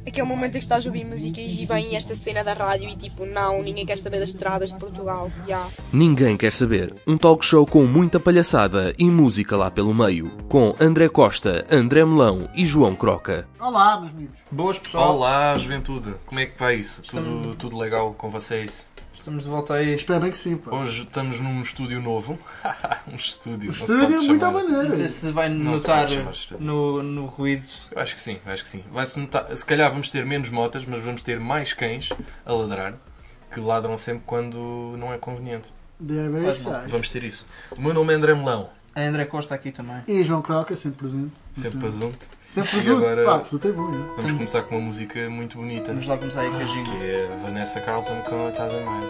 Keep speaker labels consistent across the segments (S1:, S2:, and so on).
S1: aquele momento em que estás a ouvir música e vem esta cena da rádio e tipo, não, ninguém quer saber das estradas de Portugal. Yeah.
S2: Ninguém quer saber. Um talk show com muita palhaçada e música lá pelo meio. Com André Costa, André Melão e João Croca.
S3: Olá, meus amigos.
S4: Boas, pessoal.
S5: Olá, juventude. Como é que vai isso? Tudo legal com vocês?
S4: Estamos de volta aí.
S3: Espero bem que sim, pá.
S5: Hoje estamos num estúdio novo. Um estúdio.
S3: O estúdio é muito à maneira.
S4: Não sei se vai
S5: Não se
S4: notar
S5: pode chamar estúdio.
S4: no ruído.
S5: Eu acho que sim. Vai-se notar. Se calhar vamos ter menos motas, mas vamos ter mais cães a ladrar, que ladram sempre quando não é conveniente.
S3: They're very excited.
S5: Vamos ter isso. O meu nome é André Melão.
S4: A André Costa aqui também.
S3: E João Croca, sempre presente.
S5: Sempre presunto.
S3: Sempre
S5: E
S3: presente.
S5: agora
S3: Pá, presunto é bom, não?
S5: vamos começar com uma música muito bonita.
S4: Vamos lá começar aí com a
S5: Que
S4: jingle.
S5: é a Vanessa Carlton com a Thousand Miles.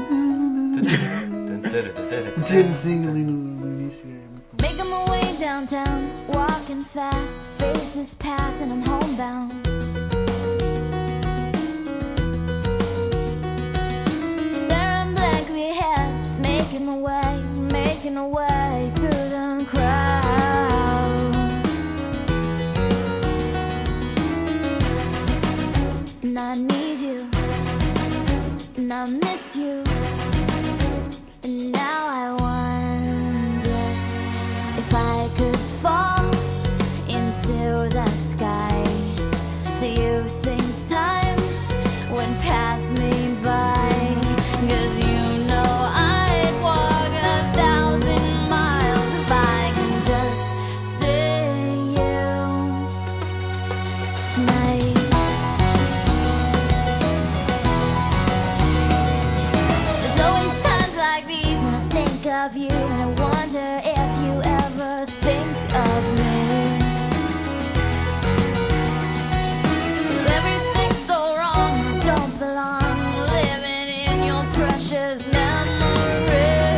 S3: Um pianozinho ali no início é muito bom.
S6: Making my way downtown, walking fast, faces pass and I'm homebound. Staring blankly ahead, just making my way through the crowd. And I need you, and I miss you. And now I wonder if I could fall into the sky. Do you think time would pass me by? 'Cause you know I'd walk 1,000 miles if I can just see you tonight. There's always times like these when I think of you, and I wonder if you ever think of me. 'Cause everything's so wrong and I don't belong, living in your precious memory.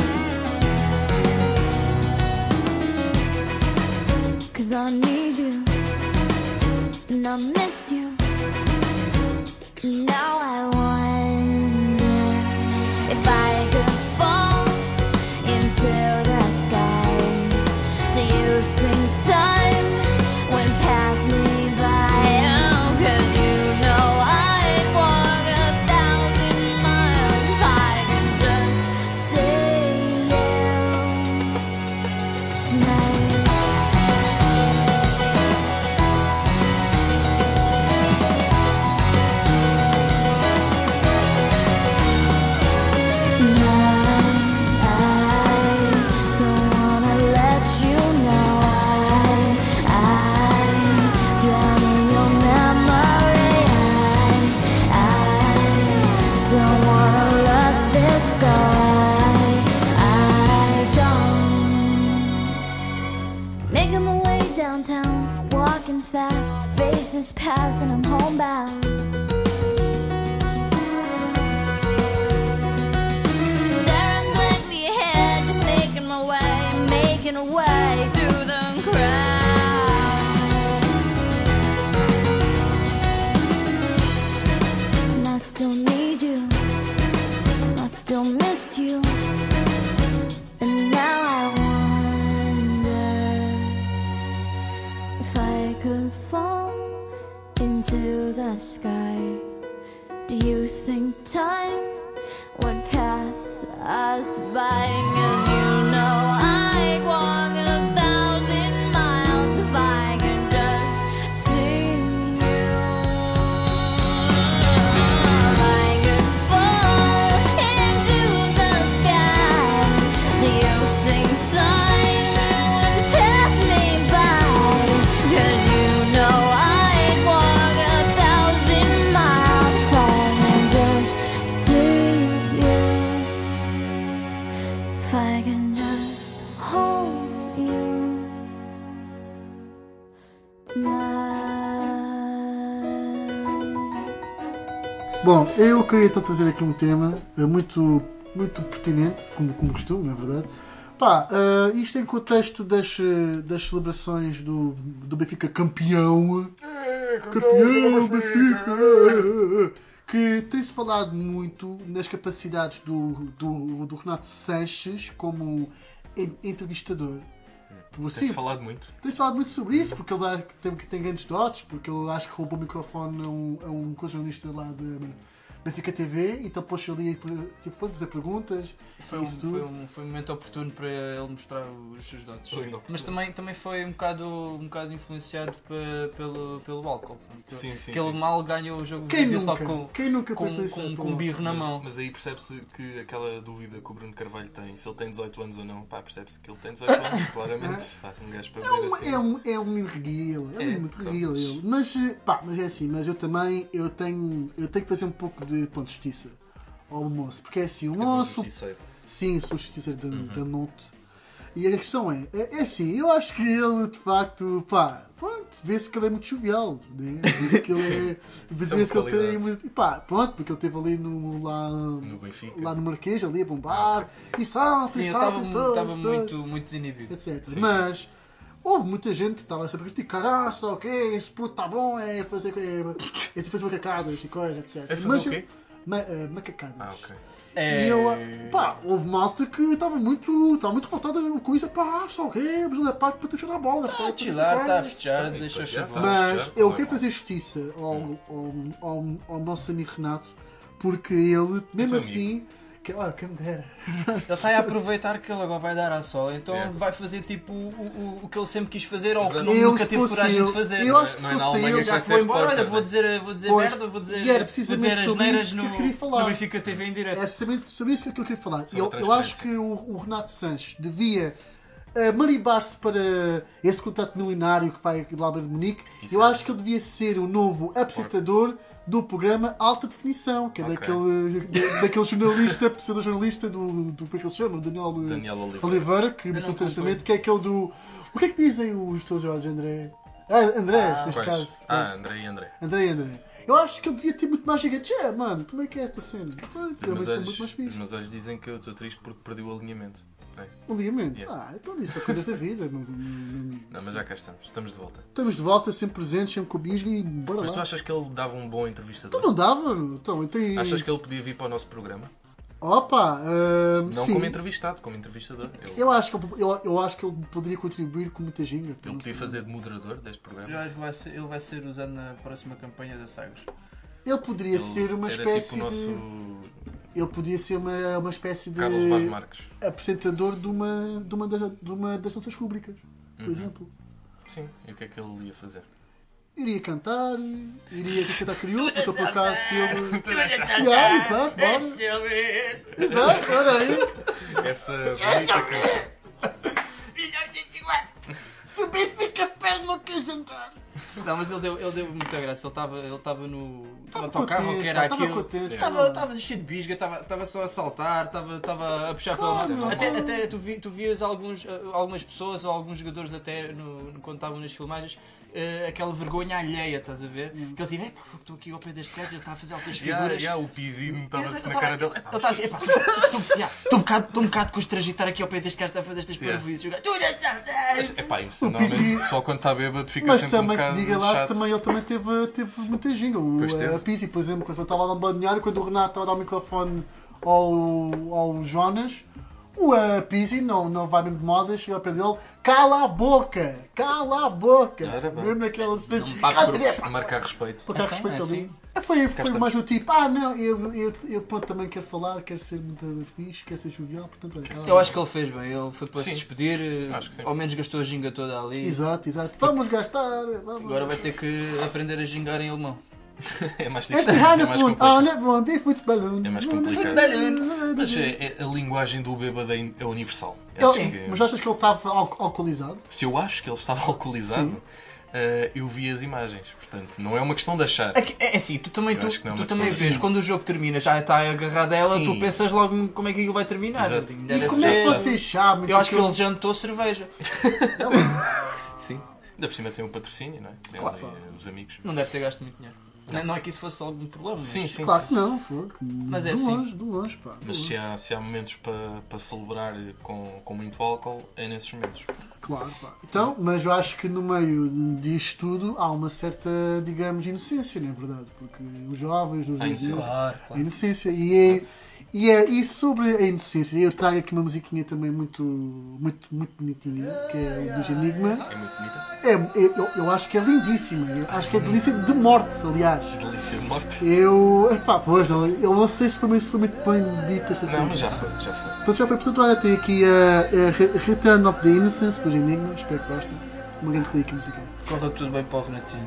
S6: 'Cause I need you and I miss you. Now I wonder if I could fall into the sky. Do you think time would pass me by? Oh, 'cause you know I'd walk 1,000 miles if I could just see you tonight. Making my way downtown, walking fast, faces pass and I'm homebound. Staring blankly ahead, just making my way through the crowd. And I still need you, I still miss you. And now I wonder if I could fall into the sky. Do you think time would pass us by? 'Cause you know I'd walk 1,000 miles if I could just see you. If I could fall into the sky, do you think time would pass me by? 'Cause you know I'd walk 1,000 miles if I could just see you. If I can just hold you tonight.
S3: Bom, eu queria então trazer aqui um tema muito pertinente, como costume, é verdade. Pá, isto em contexto das celebrações do Benfica campeão. Campeão, Benfica! Que tem-se falado muito nas capacidades do Renato Sanches como entrevistador.
S5: Tem-se falado muito.
S3: Tem-se falado muito sobre isso, porque ele tem grandes dotes, porque ele acho que roubou o microfone a um jornalista lá da Benfica TV, então pôs-se ali tipo, para fazer perguntas.
S4: Foi um momento oportuno para ele mostrar os seus dotes.
S5: Foi inoportuno.
S4: Mas também foi um bocado influenciado pelo álcool.
S5: Sim, sim,
S4: Que ele
S5: sim.
S4: mal ganhou o jogo
S3: Quem
S4: de só
S3: Quem nunca foi influenciado
S4: com
S3: pelo
S4: um birro na mão.
S5: Mas aí percebe-se que aquela dúvida que o Bruno Carvalho tem, se ele tem 18 anos ou não, pá, percebe-se que ele tem 18 anos, claramente. Pá, um gajo para ver assim.
S3: É um menino reguilo, é um menino muito
S5: só.
S3: reguilo ele. Mas é assim, mas eu tenho que fazer um pouco de ponto de justiça ao moço, porque é assim, o
S5: És um
S3: moço.
S5: justiceiro.
S3: Sim, sou justiça da noite. E a questão é assim, eu acho que ele de facto, pá, pronto, vê-se que ele é muito jovial, né? Vê-se que ele é. Vê-se que ele tem muito. Pá, pronto, porque ele esteve ali
S5: No Benfica.
S3: lá no Marquês, ali a bombar, e salta,
S4: Sim,
S3: e
S4: eu
S3: salta,
S4: estava muito desinibido.
S3: etc.
S5: Sim.
S3: Mas houve muita gente que estava sempre a criticar, só o quê, esse puto está bom, é fazer macacadas e coisas, etc.
S5: É fazer
S3: Mas
S5: o quê?
S3: Macacadas.
S5: Ah, ok.
S3: E eu, pá, houve malta que estava muito revoltada com isso, pá, só o quê, mas ele é pago para te jogar a bola.
S4: Está a chilar, está a fechar,
S5: Tá,
S4: deixa eu
S5: já
S4: chamar.
S5: tá.
S3: Mas
S5: Não
S3: eu
S5: é
S3: quero
S5: mal.
S3: fazer justiça ao nosso amigo Renato, porque ele, mesmo
S5: teu
S3: assim, quem me dera.
S4: Ele está a aproveitar que ele agora vai dar à sola, então
S5: É.
S4: vai fazer tipo o que ele sempre quis fazer ou o que
S5: Exato.
S4: nunca
S3: se
S4: teve
S3: fosse
S4: coragem
S3: ele,
S4: de fazer.
S3: eu acho que se
S5: Não é na
S3: fosse
S5: Alemanha
S3: ele,
S5: que
S4: Já
S5: vai
S4: que
S5: ser
S4: vou embora, olha,
S5: repórter,
S4: vou
S5: né?
S4: dizer
S3: Pois,
S4: merda, vou dizer,
S3: e era precisamente
S4: vou dizer
S3: sobre
S4: asneiras
S3: isso que eu queria falar.
S4: no Benfica TV em direto.
S3: É precisamente sobre isso que eu queria falar.
S5: Sobre a
S3: Eu acho
S5: transferência.
S3: que o Renato Sanches devia maribar-se para esse contrato milionário que vai lá para de Munique.
S5: Isso
S3: Eu
S5: é.
S3: acho que ele devia ser o novo apresentador do programa Alta Definição, que é
S5: Ok.
S3: daquele jornalista, pseudo-jornalista do. Como é que ele se chama? Daniel
S5: Oliveira.
S3: Oliveira, que me
S4: não
S3: interessante, que é aquele do. O que é que dizem os teus olhos, André? Andrés, neste
S5: Pois.
S3: caso.
S5: André e André.
S3: André. Eu acho que ele devia ter muito mais giga. Tchê, mano, como é que é a tua cena? Pronto, é uma cena muito mais
S5: Os
S3: fixe.
S5: meus olhos dizem que eu estou triste porque perdi o alinhamento. É.
S3: Um ligamento?
S5: Yeah.
S3: Então isso é coisas da vida.
S5: Não, mas já cá estamos. Estamos de volta.
S3: Estamos de volta, sempre presentes, sempre com o Bisgo e bora
S5: Mas tu
S3: lá.
S5: achas que ele dava um bom entrevistador?
S3: Então não dava, então tem...
S5: Achas que ele podia vir para o nosso programa?
S3: Opa,
S5: Não
S3: sim.
S5: como entrevistado, como entrevistador. Ele
S3: Eu acho que ele poderia contribuir com muita ginga.
S5: podia fazer de moderador deste
S4: Eu
S5: programa.
S4: acho que ele vai ser usado na próxima campanha da Sagres.
S3: Ele poderia ser uma
S5: era
S3: espécie
S5: tipo o
S3: de...
S5: nosso
S3: Ele podia ser uma espécie de
S5: Carlos Vaz Marques.
S3: apresentador de uma das nossas rubricas, por
S5: Uhum.
S3: exemplo.
S5: Sim, e o que é que ele ia fazer?
S3: Iria cantar, iria cantar crioulo, porque por acaso ele... Exato, bora. Exato, olha aí.
S5: Essa bonita canção.
S3: Se o Benfica perde, não quer jantar.
S4: Não, mas ele deu muita graça. Ele estava no
S3: Estava
S4: autocarro,
S3: contente,
S4: que era
S3: estava
S4: aquilo.
S3: contente.
S4: Estava cheio de bisga, estava só a saltar, estava a puxar pela
S3: Claro,
S4: mão.
S3: não.
S4: Até tu vias algumas pessoas ou alguns jogadores até quando estavam nas filmagens, aquela vergonha alheia, estás a ver? Que eles diziam, estou aqui ao pé deste gajo, ele está a fazer altas figuras.
S5: O Pizzi notava-se na cara dele.
S4: Ele estava assim, estou um bocado constrangido de estar aqui ao pé deste gajo, está a fazer estas parvoíces. O gajo, tu não sabes!
S5: É pá, isso
S3: O
S5: normalmente
S3: Pizzi-
S5: só quando está bêbado fica
S3: Mas
S5: sempre um
S3: também que
S5: bocado
S3: diga lá que
S5: chato.
S3: também ele também teve muita ginga.
S5: Pois teve.
S3: A Pizzi, por exemplo, quando eu estava lá no balneário, quando o Renato estava a dar o microfone ao Jonas, o Pizzi não vai mesmo de moda, chega ao pé dele, cala a boca!
S5: Era bem.
S3: Mesmo naquelas.
S5: A marcar respeito.
S3: Para cá respeito
S4: é
S3: ali.
S4: assim.
S3: Foi
S5: estamos.
S3: mais do tipo, não, eu pronto, também quero falar, quero ser muito fixe, quero ser jovial, portanto, olha, cala a
S4: Eu acho que ele fez bem, ele foi para se
S5: Sim.
S4: despedir,
S5: Acho que sim.
S4: ao menos gastou a ginga toda ali.
S3: Exato. Vamos gastar. Vamos.
S4: Agora vai ter que aprender a gingar em alemão.
S5: É mais
S3: Este
S5: difícil. É
S3: Hannah
S5: mais
S3: Fund,
S5: complicado.
S3: olha, vão ter futebol.
S5: É mais complicado. Mas a linguagem do bêbado é universal. Acho que-
S3: Mas achas que ele estava alcoolizado?
S5: Se eu acho que ele estava alcoolizado, eu vi as imagens. Portanto, não é uma questão de achar.
S4: É assim, tu também
S5: Eu acho que não é uma
S4: também
S5: questão
S4: vês,
S5: de-
S4: quando o jogo termina, já está agarrado a ela,
S5: Sim.
S4: tu pensas logo como é que aquilo vai terminar.
S5: Exato.
S4: Ainda
S3: E
S4: era
S3: como é que
S4: cedo.
S3: vocês sabem?
S4: Eu acho que ele jantou cerveja.
S5: Sim. Ainda por cima tem um patrocínio, não é?
S4: Claro.
S5: Os amigos.
S4: Não deve ter gasto muito dinheiro. Não é que isso fosse algum problema.
S5: Sim, sim.
S3: Claro que não, fogo.
S4: Mas é
S3: de
S4: assim.
S3: longe, de longe, pá. de
S5: Mas
S3: longe.
S5: se há momentos para celebrar com muito álcool, é nesses momentos.
S3: Claro, pá. Então, mas eu acho que no meio disto tudo há uma certa, digamos, inocência, não é verdade? Porque os jovens, os
S5: Há inocência.
S4: Claro,
S3: a inocência. E sobre a inocência, eu trago aqui uma musiquinha também muito bonitinha, que é dos Enigma.
S5: É muito bonita.
S3: Eu acho que é lindíssima. Eu acho que é delícia de morte, aliás.
S5: Delícia de morte.
S3: Pois, eu não sei se foi muito bem dita esta
S5: Não,
S3: coisa.
S5: mas já foi.
S3: Portanto, já foi. Portanto, olha, tem aqui a Return of the Innocence dos Enigma. Espero que gostem. Uma grande clique musical.
S4: corre tudo bem para o Renatinho.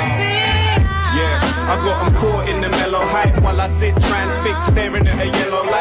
S7: I got 'em caught in the mellow hype while I sit transfixed staring at a yellow light.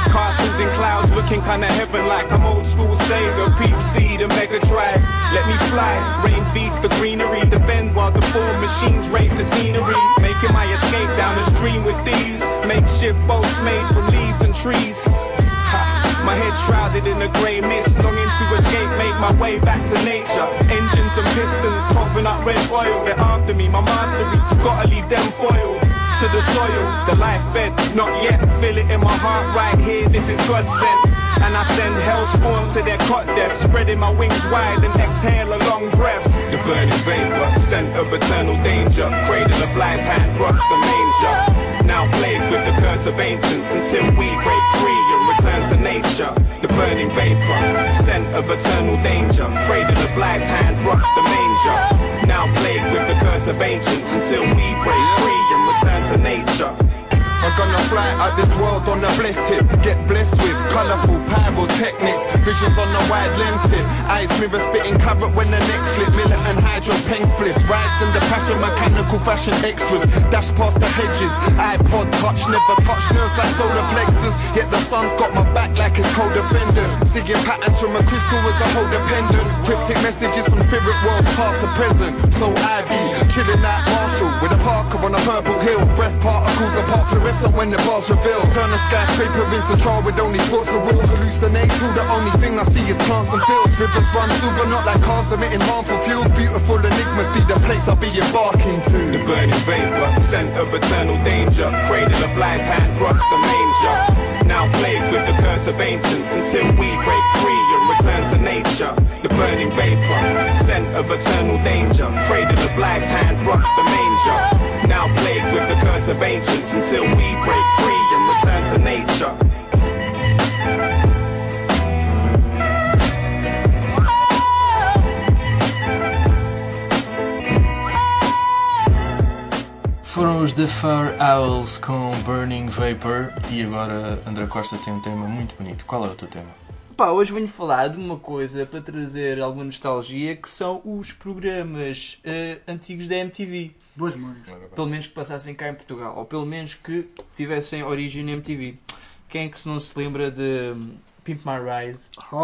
S7: Castles in clouds looking kinda heaven-like. I'm old school Sega, Peep C, the Mega Drive. Let me fly, rain feeds the greenery. Defend while the four machines rape the scenery. Making my escape down the stream with these makeshift boats made from leaves and trees. My head shrouded in a grey mist, longing to escape, make my way back to nature. Engines and pistons coughing up red oil. They're after me, my mastery, gotta leave them foiled to the soil. The life bed, not yet, feel it in my heart right here, this is God sent. And I send hellspawn to their cot death, spreading my wings wide and exhale a long breath. The burning vapor, scent of eternal danger. Cradle of life, hand rocks the manger. Now plagued with the curse of ancients until we break free and return to nature. The burning vapor, scent of eternal danger. Cradle of life, hand rocks the manger. Now plagued with the curse of ancients until we break free and return to nature.
S8: I'm gonna fly out this world on a blessed tip. Get blessed with colourful pyrotechnics. Visions on a wide lens tip. Eyes mirror spitting carrot when the next slip. Militant hydro pen splits. Rice in the passion, mechanical fashion extras. Dash past the hedges. iPod touch, never touch nerves like solar plexus. Yet the sun's got my back like it's codependent. Seeing patterns from a crystal as a whole dependent. Cryptic messages from spirit worlds past the present. So I be chilling at Marshall with a Parker on a purple hill. Breath particles apart fluorescent when the bars reveal. Turn a skyscraper into trial with only thoughts of will. Hallucinate through the only thing I see is plants and fields. Rivers run silver, not like cars emitting harmful fuels. Beautiful enigmas be the place I'll be embarking to.
S7: The burning vapor, scent of eternal danger. Cradle of life, hand rocks the manger. Now plagued with the curse of ancients until we break free and return to nature. The burning vapor, scent of eternal danger. Cradle of life, hand rocks the manger. Now plagued with the curse of ancients until we break free and return to nature.
S5: Foram os The Far Owls com Burning Vapor e agora André Costa tem um tema muito bonito. Qual é o teu tema?
S4: Pá, hoje venho falar de uma coisa para trazer alguma nostalgia, que são os programas antigos da MTV.
S3: Boas mães.
S4: Pelo menos que passassem cá em Portugal, ou pelo menos que tivessem origem na MTV. Quem é que não se lembra de Pimp My Ride?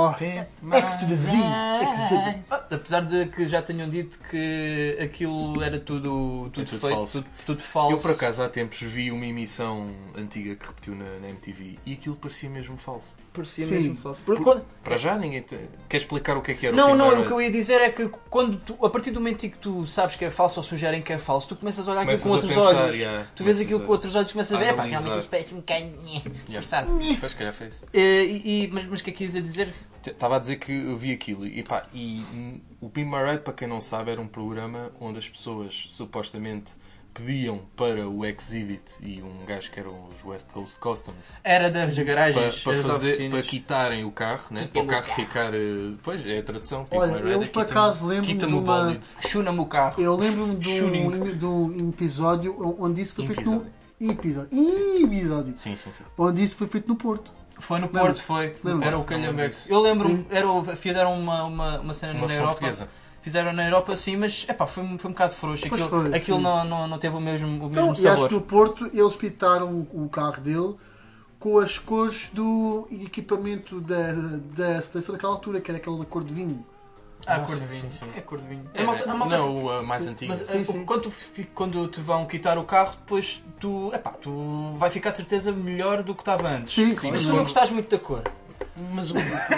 S3: X to the Z.
S4: Apesar de que já tenham dito que aquilo era tudo
S5: tudo
S4: fake,
S5: falso.
S4: tudo falso.
S5: Eu por acaso há tempos vi uma emissão antiga que repetiu na MTV e aquilo parecia mesmo falso.
S4: Parecia
S3: Sim.
S4: mesmo falso. Porque quando...
S5: Para já ninguém quer explicar o que era
S4: Não,
S5: o Pimp My
S4: o
S5: Ride?
S4: que eu ia dizer é que quando tu, a partir do momento em que tu sabes que é falso ou sugerem que é falso, tu começas a olhar aquilo com outros olhos. Tu vês aquilo com outros olhos e começas a ver, pá, realmente isto parece um bocadinho forçado.
S5: Pois, calhar foi isso.
S4: Mas o que é que ias a dizer?
S5: Estava a dizer que eu vi aquilo e pá, o Pimp My Ride, para quem não sabe, era um programa onde as pessoas supostamente pediam para o Exhibit e um gajo que eram os West Coast Customs
S4: Era das garagens,
S5: para
S4: das
S5: fazer,
S4: oficinas.
S5: para quitarem o carro, né? Para o carro ficar. Pois é a tradução. Pimp
S3: Olha,
S5: My Ride
S3: eu
S5: é
S3: por acaso lembro-me
S5: quita-me
S3: de
S5: o
S3: uma-
S5: bólido.
S4: Chuna-me o carro.
S3: Eu lembro-me
S4: Tuning.
S3: de um episódio onde isso foi feito no... Episódio.
S5: Sim.
S3: Onde isso foi feito no Porto.
S4: Foi no
S3: Lembra-se?
S4: Porto, foi.
S3: Lembra-se?
S4: Era o Calhambex. Eu lembro-me, fizeram uma cena
S5: Uma
S4: na
S5: versão
S4: Europa.
S5: portuguesa.
S4: Fizeram na Europa, sim, mas epá, foi um bocado frouxo.
S3: Pois
S4: Aquilo,
S3: foi,
S4: aquilo
S3: sim.
S4: não teve o mesmo
S3: Então, e acho
S4: sabor.
S3: que no Porto eles pintaram o carro dele com as cores do equipamento da seleção daquela altura, que era aquela cor de vinho.
S4: Cor de vinho.
S5: sim.
S4: É cor de vinho.
S5: É, não, o mais antigo.
S4: Mas
S3: Sim.
S4: quando te vão quitar o carro, depois tu vai ficar de certeza melhor do que estava antes.
S3: Sim,
S4: Mas
S3: claro.
S4: tu não gostas muito da cor.
S5: Mas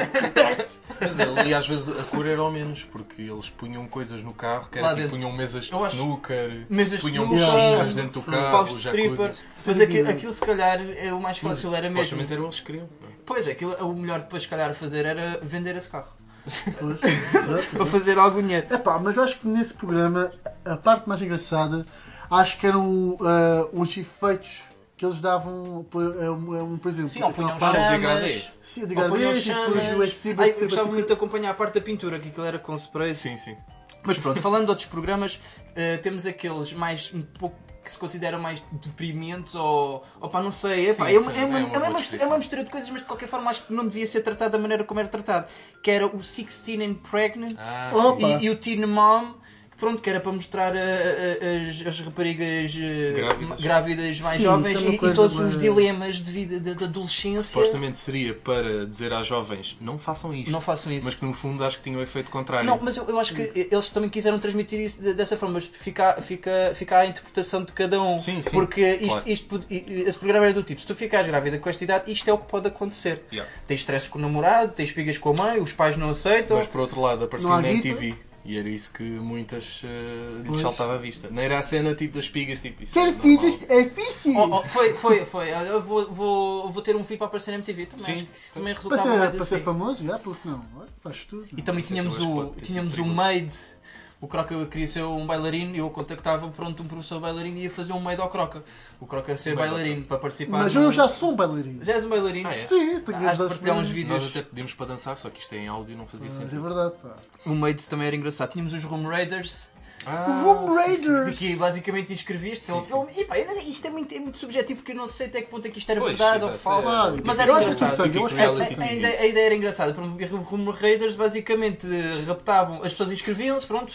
S5: e às vezes a cor era ao menos, porque eles punham coisas no carro, que
S4: Lá
S5: era tipo,
S4: dentro.
S5: punham mesas de
S4: Eu acho-
S5: snooker,
S4: Mesas de
S5: punham
S4: snooker,
S5: piscinas dentro do carro,
S4: paus de stripper.
S5: jacuzzis.
S4: Mas
S3: Sim.
S4: aquilo se calhar o mais
S5: Mas
S4: fácil era mesmo.
S5: supostamente eram eles que queriam.
S4: Pois, aquilo, o melhor depois se calhar a fazer era vender esse carro.
S3: Pois, exato.
S4: Para fazer algum dinheiro.
S3: Epá, mas eu acho que nesse programa a parte mais engraçada acho que eram os efeitos que eles davam, por exemplo,
S4: Sim, ou punham
S3: aquela parte-
S4: chamas.
S3: Sim, de
S4: Ou punham
S3: gradez, e depois o exhibit.
S4: eu gostava muito de acompanhar a parte da pintura, que aquilo era com spray.
S5: Sim.
S4: Mas pronto, falando de outros programas, temos aqueles mais um pouco que se consideram mais deprimentes ou pá, não sei, epá,
S5: Sim,
S4: é
S5: sim,
S4: uma
S5: é uma boa
S4: mistura,
S5: descrição.
S4: mistura de coisas, mas de qualquer forma acho que não devia ser tratado da maneira como era tratado, que era o 16 and Pregnant
S3: Opa.
S4: e o Teen Mom. pronto, que era para mostrar as raparigas grávidas mais
S3: Sim,
S4: jovens
S3: isso é uma
S4: e
S3: coisa
S4: todos
S3: bem-
S4: os dilemas de vida, de adolescência.
S5: Supostamente seria para dizer às jovens, não façam isto.
S4: Não façam isso.
S5: Mas que no fundo acho que tinha o efeito contrário.
S4: Não, mas eu acho que eles também quiseram transmitir isso dessa forma, mas fica à interpretação de cada um.
S5: Sim,
S4: porque
S5: claro.
S4: esse programa era do tipo, se tu ficares grávida com esta idade, isto é o que pode acontecer.
S5: Yeah.
S4: Tens stress com o namorado, tens pigas com a mãe, os pais não aceitam.
S5: Mas por outro lado aparecia
S3: Não há
S5: na
S3: guita.
S5: MTV. E era isso que muitas lhes
S3: Pois.
S5: saltava à vista. Não era a cena tipo das pigas, tipo isso.
S3: Ter
S5: é
S3: filhos
S5: normal.
S3: é fixe!
S4: Foi. Olha, eu vou ter um filho para aparecer na MTV também.
S5: Sim.
S4: Acho que isso também
S3: Para
S4: resultava mais
S3: ser, para ser
S4: assim.
S3: famoso, já, porque não? Olha, faz tudo.
S4: E também
S5: Isso é
S4: tínhamos
S5: que eu acho que
S4: o
S5: pode ter sido
S4: o Maid. O Croca queria ser um bailarino e eu contactava pronto um professor bailarino e ia fazer um Maid ao Croca. O Croca ia ser
S5: Maid ao
S4: bailarino para participar.
S3: Mas
S4: no-
S3: eu já sou um bailarino.
S4: Já és um bailarino?
S5: Ah, é?
S3: Sim, tenho que
S4: Has de
S3: ajudar
S4: partilhar uns
S3: a
S4: vídeos.
S5: Nós até pedimos para dançar, só que isto em áudio não fazia
S3: É
S5: sentido.
S3: verdade, pá.
S4: O Maid também era engraçado. Tínhamos os Room Raiders.
S3: Room
S4: De
S3: Raiders!
S4: que basicamente inscreviste.
S5: Sim, sim.
S4: E pá, isto é muito subjetivo porque eu não sei até que ponto é que isto era
S5: Pois,
S4: verdade ou
S5: exato,
S4: falso.
S3: Claro,
S4: Mas
S3: eu
S4: era
S3: acho que
S4: engraçado.
S3: tudo tem, eu acho que
S5: Reality
S4: A
S5: TV.
S4: ideia era engraçada. Os Room Raiders basicamente raptavam, as pessoas inscreviam-se, pronto.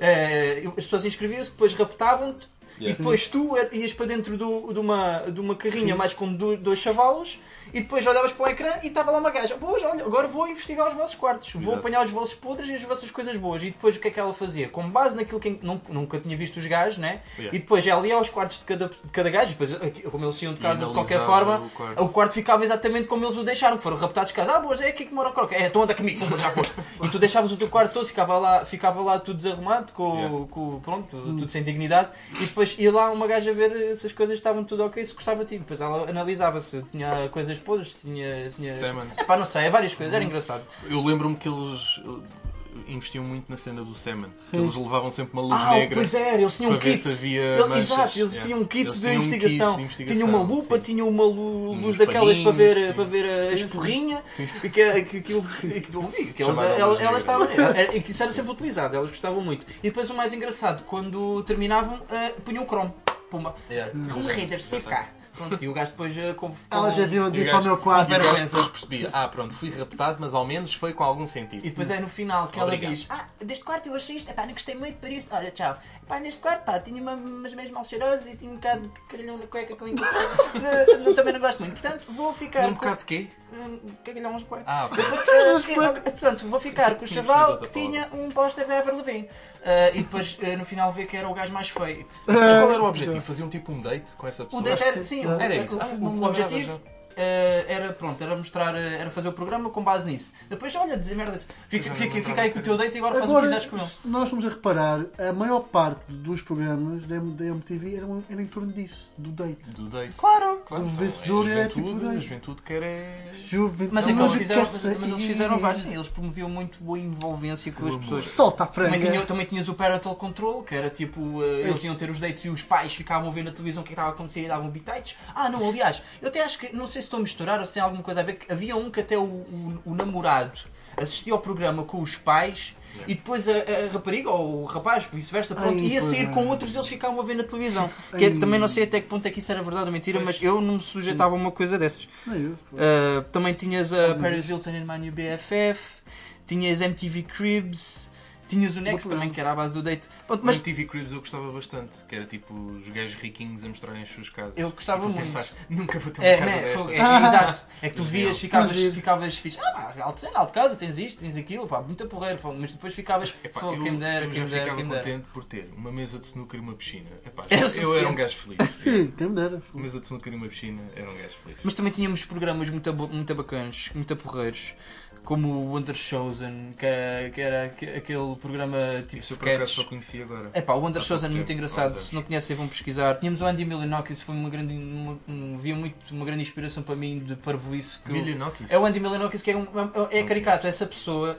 S4: As pessoas inscreviam-se, depois raptavam-te.
S5: Yeah.
S4: E depois tu ias para dentro de uma carrinha mais com dois chavalos e depois olhavas para o ecrã e estava lá uma gaja. Pois, olha, agora vou investigar os vossos quartos, vou
S5: Exato.
S4: apanhar os vossos podres e as vossas coisas boas. E depois o que é que ela fazia? Com base naquilo que nunca tinha visto os gajos, né?
S5: Yeah.
S4: E depois ela ia aos quartos de cada gajo, e depois, como eles iam de casa de qualquer
S5: analisava
S4: forma,
S5: o
S4: o quarto ficava exatamente como eles o deixaram, que foram raptados de casa. Boas, é aqui que mora o Croca. Então anda comigo, já foste. E tu deixavas o teu quarto todo, ficava lá tudo desarrumado, pronto, tudo sem dignidade. E depois ia lá uma gaja ver se as coisas estavam tudo ok, se gostava de ti. Depois ela analisava se tinha coisas podres, se tinha...
S5: Semen.
S4: Epá, não sei, é várias coisas, era engraçado.
S5: Eu lembro-me que eles investiam muito na cena do semen. Que
S3: Sim.
S5: eles levavam sempre uma luz negra.
S4: Pois era, eles tinham um
S5: para ver
S4: kit.
S5: se havia manchas.
S4: Exato, eles
S5: Yeah.
S4: tinham um kit
S5: Eles
S4: de
S5: tinham um
S4: investigação.
S5: kit de investigação,
S4: Tinham uma lupa,
S5: sim.
S4: tinham uma luz
S5: Uns
S4: daquelas para ver,
S5: paninhos,
S4: para ver a
S3: sim.
S4: esporrinha.
S5: Sim.
S4: E que aquilo
S5: Chamada luz
S4: elas
S5: negra.
S4: estavam. E que isso era sempre utilizado, elas gostavam muito. E depois o mais engraçado, quando terminavam, punham o cromo. Pumba.
S5: Yeah.
S4: Room Raiders, esteve cá. Pronto, e o gajo depois
S3: Elas já viram de ir
S5: E o
S3: para o
S5: gajo-
S3: meu quarto.
S4: Confere-
S5: E o gajo depois percebia, pronto, fui raptado, mas ao menos foi com algum sentido.
S4: E depois é no final que ela
S5: Obrigado.
S4: diz: deste quarto eu achei isto, epá, não gostei muito, por isso, olha, tchau. Epá, neste quarto, pá, tinha umas meias mal cheirosas e tinha um bocado de cagalhão na cueca que eu encontrei. Também não gosto muito, portanto vou ficar.
S5: Tinha um bocado de quê?
S4: Cagalhão nas cuecas.
S5: Ok.
S4: Portanto, vou ficar com o
S5: Tinha
S4: chaval
S5: percebido
S4: que
S5: outra
S4: tinha um póster da Avril Lavigne. E depois no final vê que era o gajo mais feio.
S5: Mas qual era o objetivo? Faziam tipo um date com essa pessoa?
S4: O date
S5: Acho
S4: era,
S5: que
S4: sim,
S5: Era isso.
S4: o objetivo era mostrar, era fazer o programa com base nisso. Depois, olha, dizer merdas. Fica aí com o teu date e agora faz o que
S3: Agora,
S4: quiseres com ele.
S3: se nós vamos a reparar, a maior parte dos programas da MTV era em torno disso, do date.
S5: Do date.
S4: Claro!
S5: Claro,
S3: O
S5: então,
S3: vencedor
S5: é
S3: era
S5: a
S3: tipo
S5: juventude,
S3: date.
S5: a juventude quer é...
S3: Juventude.
S4: Mas é que
S3: Quer
S4: eles fizeram
S3: sair.
S4: vários, sim, eles promoviam muito boa envolvência com as pessoas.
S3: Solta a franga.
S4: Também tinhas o parental control, que era tipo, eles iam ter os dates e os pais ficavam a ver na televisão o que estava a acontecer e davam bitites. Não, aliás, eu até acho que, não sei se estou a misturar ou se tem alguma coisa a ver, que havia um que até o namorado assistia ao programa com os pais e depois a rapariga ou o rapaz, vice-versa, pronto,
S3: Ai,
S4: ia
S3: pois
S4: sair
S3: é.
S4: com outros e eles ficavam a ver na televisão.
S3: Ai.
S4: Também não sei até que ponto é que isso era verdade ou mentira, mas eu não me sujeitava a uma coisa dessas.
S3: Não, eu.
S4: Também tinhas a Paris Hilton in My New BFF, tinhas MTV Cribs, tinhas o Next também, que era a base do date. Pronto,
S5: Mas
S4: mas
S5: TV Cribs eu gostava bastante, que era tipo os gajos riquinhos a mostrarem as suas casas.
S4: eu gostava
S5: E tu
S4: muito.
S5: pensaste, nunca vou ter uma casa
S4: Né,
S5: desta.
S4: exato. É que tu
S5: Mas
S4: vias,
S5: não.
S4: ficavas fixe. Alto cena, alto casa, tens isto, tens aquilo, pá, muita porreira. Mas depois ficavas,
S5: Epá,
S4: quem me dera,
S5: eu
S4: quem
S5: já
S4: me dera,
S5: ficava
S4: quem me dera.
S5: contente por ter uma mesa de snooker e uma piscina. Epá,
S4: Era
S5: eu era
S4: suficiente.
S5: um gajo feliz.
S3: Sim, quem me dera.
S5: Uma mesa de snooker e uma piscina era um gajo feliz.
S4: Mas também tínhamos programas muito bacanas, muito porreiros, como o Wonder Chosen, que era aquele programa tipo
S5: Isso eu por acaso
S4: sketch.
S5: só conheci agora.
S4: É pá, o Wonder
S5: Há
S4: Chosen é
S5: pouco
S4: muito
S5: tempo, há
S4: engraçado,
S5: uns anos.
S4: se não conhecem vão pesquisar. Tínhamos o Andy Milonakis, foi uma grande inspiração para mim de parvoíce.
S5: Milionokis?
S4: É o Andy Milonakis que é caricato, essa pessoa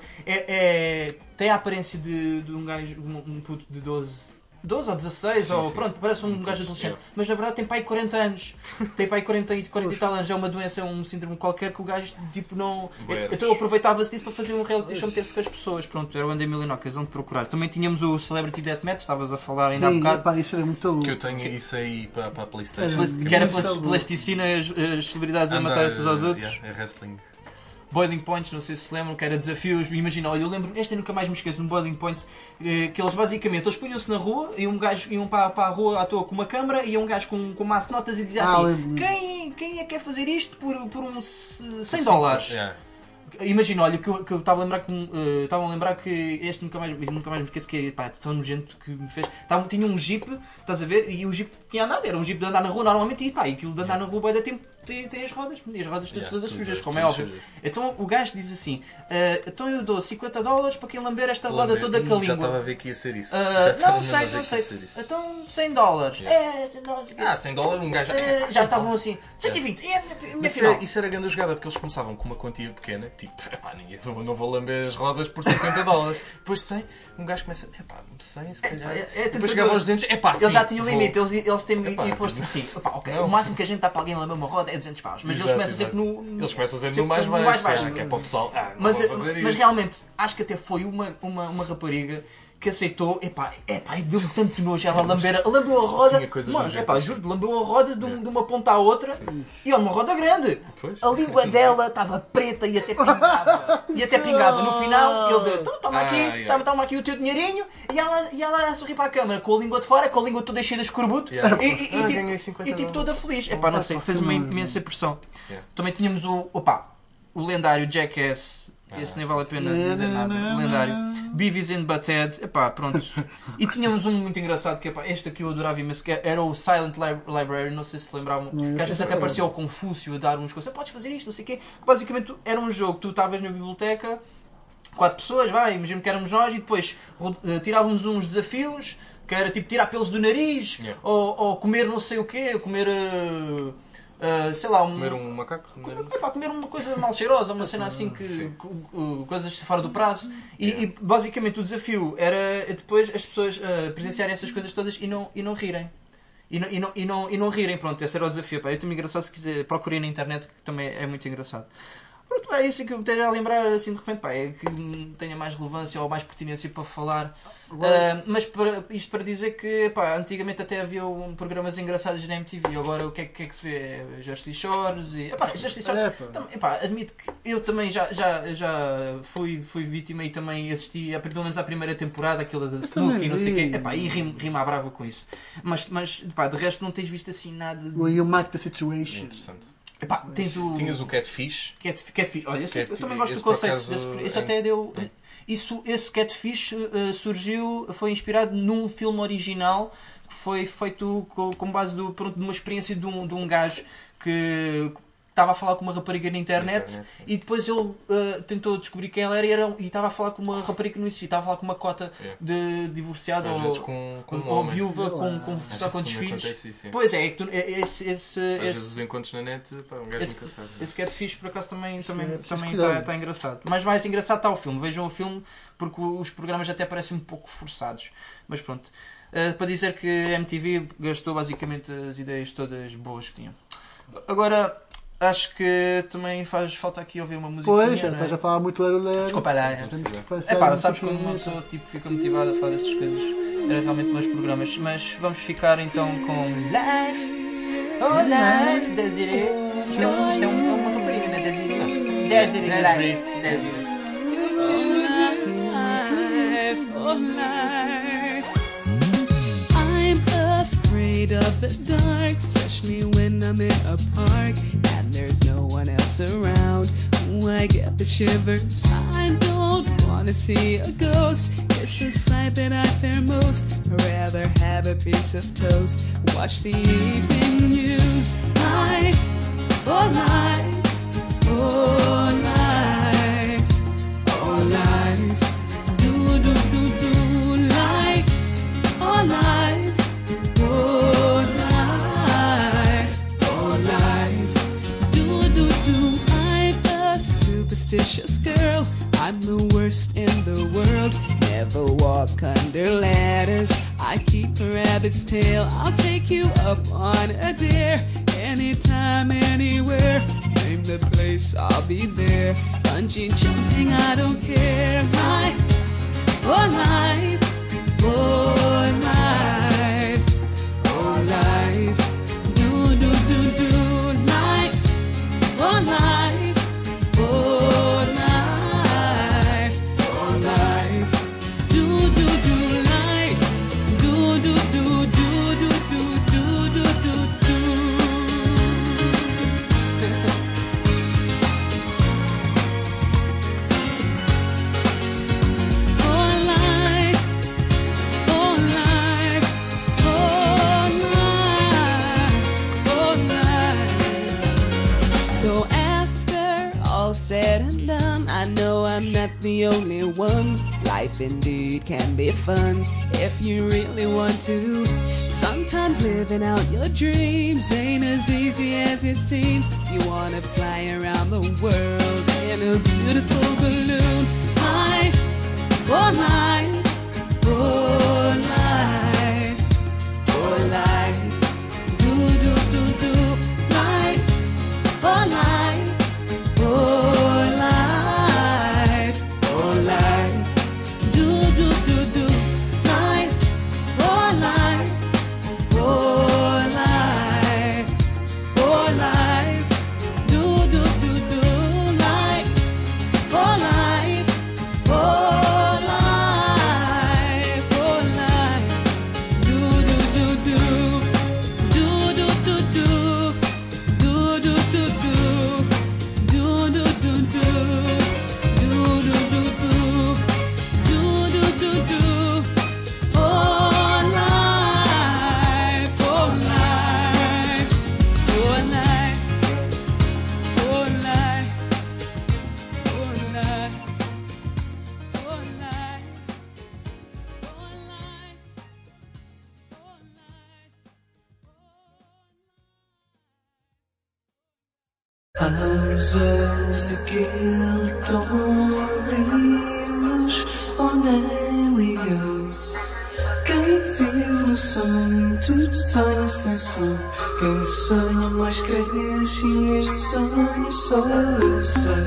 S4: tem a aparência de um gajo, um puto de 12 ou 16,
S5: Sim,
S4: ou
S5: sim.
S4: pronto, parece um gajo adolescente, mas na verdade tem pai 40 anos, tem pai 40 e tal anos, é uma doença, é um síndrome qualquer que o gajo tipo não... Então ele aproveitava-se disso para fazer um reality show, meter-se com as pessoas, pronto, era o Andy Milonakis, onde procurar. Também tínhamos o Celebrity Deathmatch, estavas a falar ainda há
S3: Sim,
S4: bocado.
S3: epá, isso era muito louco.
S5: Que eu tenho isso aí para a Playstation.
S3: Era
S4: Que era
S3: muito louco.
S4: plasticina, as celebridades a matarem-se uns aos outros.
S5: É wrestling.
S4: Boiling Points, não sei se se lembram, que era desafios. Imagina, olha, eu lembro, esta nunca mais me esqueço, no Boiling Points, que eles basicamente, eles punham-se na rua, e um gajo iam para a rua à toa com uma câmara, e um gajo com um maço de notas e dizia assim, quem é que quer fazer isto por uns $100?
S5: Yeah.
S4: Imagina, olha, que eu estava a lembrar que este nunca mais me esqueço, que é pá, tão nojento que me fez. Tinha um jeep, estás a ver? E o jeep tinha andado, era um jeep de andar na rua normalmente, e pá, e aquilo de andar na rua bué da tempo tem as rodas, e as rodas todas sujas, como é óbvio. Então o gajo diz assim, então eu dou $50 para quem lamber esta roda toda com a língua.
S5: Já estava a ver que ia ser isso.
S4: Não sei. Então $100.
S5: $100 um gajo.
S4: Já estavam assim, 120.
S5: Isso era grande jogada, porque eles começavam com uma quantia pequena, tipo, não vou lamber as rodas por $50. Depois 100, um gajo começa, 100 se calhar. Depois chegava aos 200,
S4: eles já tinham limite, eles têm imposto assim, o máximo que a gente dá para alguém lamber uma roda é $200. Mas eles começam sempre no.
S5: Eles começam sempre no mais baixo. Que é para o pessoal.
S4: Mas realmente, acho que até foi uma rapariga que aceitou. Deu-me tanto nojo. Ela lambeu a roda. Juro, lambeu a roda de uma ponta à outra. Sim. E olha, uma roda grande. Pois. A língua dela estava preta e até pingava. No final, ele deu, então toma aqui o teu dinheirinho. E ela a sorrir para a câmara com a língua de fora, com a língua toda cheia de escorbuto. E tipo toda feliz. Não sei, fez uma imensa impressão. Também tínhamos o lendário Jackass. Esse nem vale a pena dizer nada. Lendário. Beavis and Butthead. Pronto. E tínhamos um muito engraçado que este aqui eu adorava imenso, que era o Silent Library, não sei se se lembravam, que às vezes até parecia o Confúcio a dar uns coisas. Podes fazer isto, não sei o quê. Basicamente era um jogo que tu estavas na biblioteca, 4 pessoas, imagino que éramos nós, e depois tirávamos uns desafios, que era tipo tirar pelos do nariz, ou comer não sei o quê, comer... sei lá,
S5: comer um macaco?
S4: Comer uma coisa mal cheirosa, uma cena assim coisas fora do prazo. E basicamente o desafio era depois as pessoas presenciarem essas coisas todas e não rirem. E não rirem, pronto, esse era o desafio. É também engraçado, se quiser procurem na internet, que também é muito engraçado. Pronto, é isso que eu me esteja a lembrar assim de repente, é que tenha mais relevância ou mais pertinência para falar. Mas isto para dizer que antigamente até havia programas engraçados na MTV. Agora o que é que se vê? É Jersey Shores e... Jersey Shores, admito que eu também já fui vítima e também assisti pelo menos à primeira temporada, aquela da Snooki e não sei o quê. E rima à brava com isso. Mas de resto não tens visto assim nada...
S3: You Mark the Situation.
S5: Interessante.
S4: Tinhas
S5: o Catfish.
S4: Catfish. Olha, eu também gosto do conceito. Esse até deu... Esse Catfish foi inspirado num filme original que foi feito com base de uma experiência de um gajo que estava a falar com uma rapariga na internet e depois ele tentou descobrir quem ela era e estava a falar com uma rapariga que não existia, estava a falar com uma cota de divorciada ou viúva com desfilhos. Pois é, que às
S5: vezes os encontros na net, um gajo nunca sabe.
S4: Esse Catfish por acaso também está engraçado. Mas mais engraçado está o filme. Vejam o filme porque os programas até parecem um pouco forçados. Mas pronto. Para dizer que a MTV gastou basicamente as ideias todas boas que tinham. Agora... Acho que também faz falta aqui ouvir uma musiquinha.
S3: Pois, já falar muito lero.
S4: Desculpa lá. Sabes como uma pessoa fica motivada a falar destas coisas. Era realmente bons programas. Mas vamos ficar então com Life. Oh Life, Desiree. Isto é uma rapariga, não é Desiree? Acho que sim. Desiree.
S9: Oh Life. I'm afraid of the dark, especially when I'm in a park and there's no one else around. I get the shivers. I don't wanna see a ghost. It's the sight that I fear most. I'd rather have a piece of toast. Watch the evening news. Life, oh life, oh life, oh life. Do do do do life, oh life, oh life, oh life. Do do do. I'm a superstitious girl. I'm the worst in the world. Never walk under ladders. I keep a rabbit's tail. I'll take you up on a dare. Anytime, anywhere. Name the place, I'll be there. Bungee jumping, I don't care. Life, oh life, oh life, oh life. Do do do do. Life, oh life, oh. I'm not the only one. Life indeed can be fun if you really want to. Sometimes living out your dreams ain't as easy as it seems. You wanna fly around the world in a beautiful balloon. Life, oh life, oh life, oh life. Do do do do. Life, oh life, oh life, oh life. Do do do do. Life, oh life, oh life, oh life. Do do do do. Life, oh life, oh life, oh life. Do do do do. Do do do do. Do do do do. Do do do do. Do do do do. Do do do do. Oh life, oh life, oh life, oh life, oh life, oh life, oh life, oh life.
S10: Abre os olhos daquele tão abri-los ou nem ligas. Quem vive no sonho, tudo sonha sem som. Quem sonha mais cresce e este sonho só eu sei.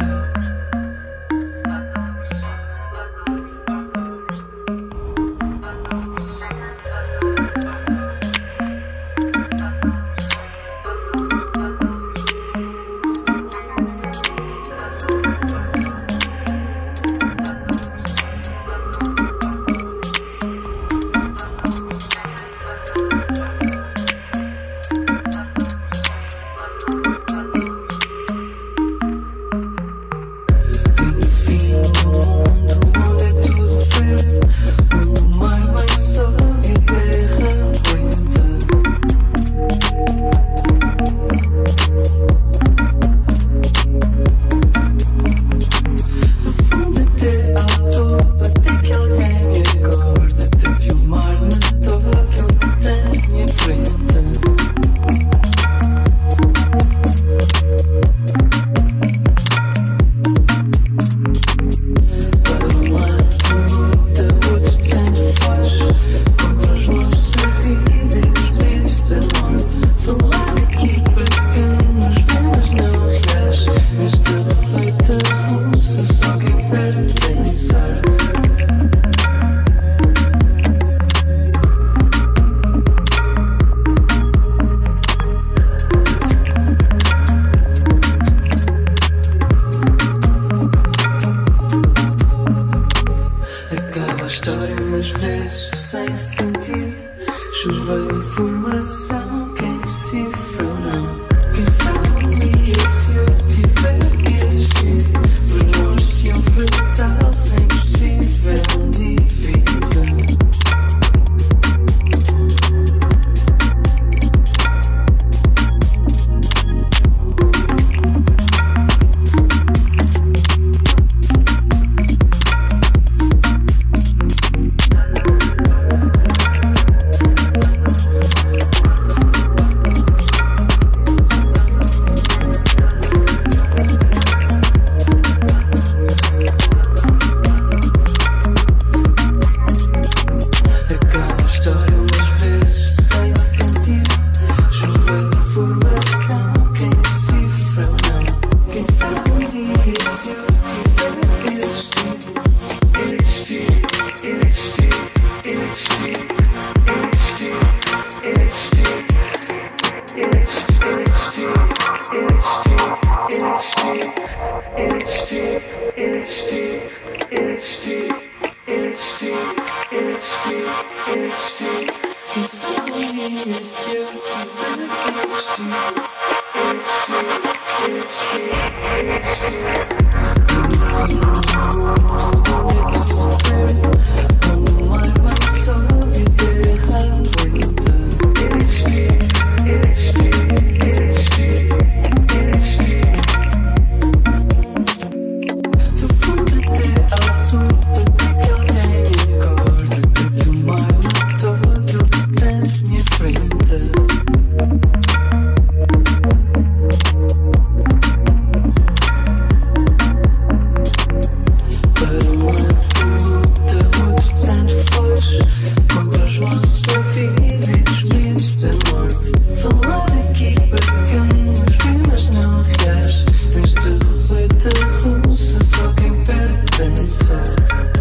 S10: Para um lado luta, outro tanto foge. Contra os vossos ouvidos, medos da morte. Falar aqui para quem nos vê, mas não reage. Nesta roleta russa, só quem perde tem sorte.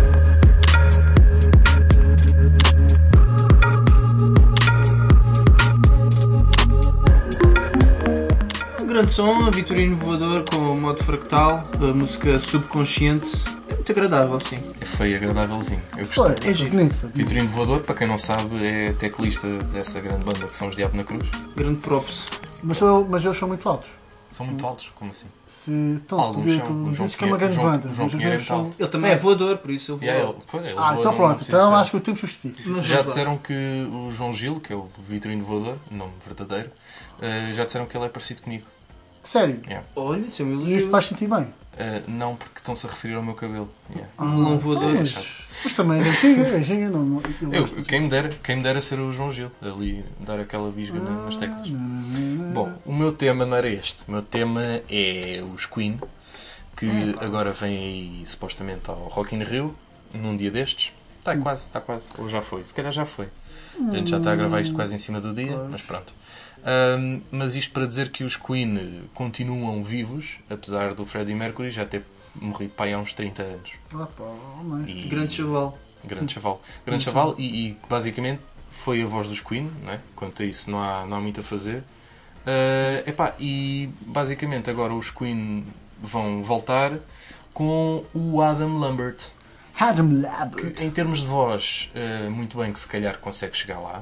S4: Grande som, Vitorino Voador com o modo fractal, a música subconsciente, é muito agradável, sim.
S5: Foi agradávelzinho. Eu
S3: Foi,
S5: gostei.
S3: é bonito. Foi.
S5: Vitorino Voador, para quem não sabe, é teclista dessa grande banda que são os Diabo na Cruz.
S4: Grande props.
S3: Mas eles são muito altos.
S5: São muito altos, como assim?
S3: Se, então,
S5: Alguns
S3: tu
S5: são. O João
S3: dizes que é uma grande
S5: Pinheiro-
S3: banda.
S5: o João
S3: mas os
S5: Pinheiro é
S3: meus
S5: muito
S3: são-
S5: alto.
S4: Ele também é voador, por isso ele voa.
S5: Yeah, ele
S3: Ah,
S5: voa,
S3: então
S5: não
S3: pronto.
S5: precisa
S3: Então
S5: ser.
S3: acho que o tempo justifica.
S4: Mas
S5: Já
S4: vamos lá.
S5: disseram que o João Gil, que é o Vitorino Voador, nome verdadeiro, já disseram que ele é parecido comigo.
S3: Sério.
S5: Yeah.
S4: Olha, isso é um
S3: E isto
S4: elogio.
S3: faz sentir bem.
S5: Não, porque estão-se a referir ao meu cabelo. Yeah.
S4: Um melão voador.
S3: então, mas também é ginga, não.
S5: Quem me dera ser o João Gil, ali dar aquela bisga nas teclas. Bom, o meu tema não era este. O meu tema é os Queen, que agora vem aí supostamente ao Rock in Rio, num dia destes. Está quase. Ou já foi. Se calhar já foi. A gente já está a gravar isto quase em cima do dia, mas pronto. Mas isto para dizer que os Queen continuam vivos, apesar do Freddie Mercury já ter morrido para aí há uns 30 anos. E-
S4: Grande chaval.
S5: Grande chaval e basicamente foi a voz dos Queen, né? Quanto a isso não há muito a fazer. E basicamente agora os Queen vão voltar com o Adam Lambert, que em termos de voz, muito bem que se calhar consegue chegar lá.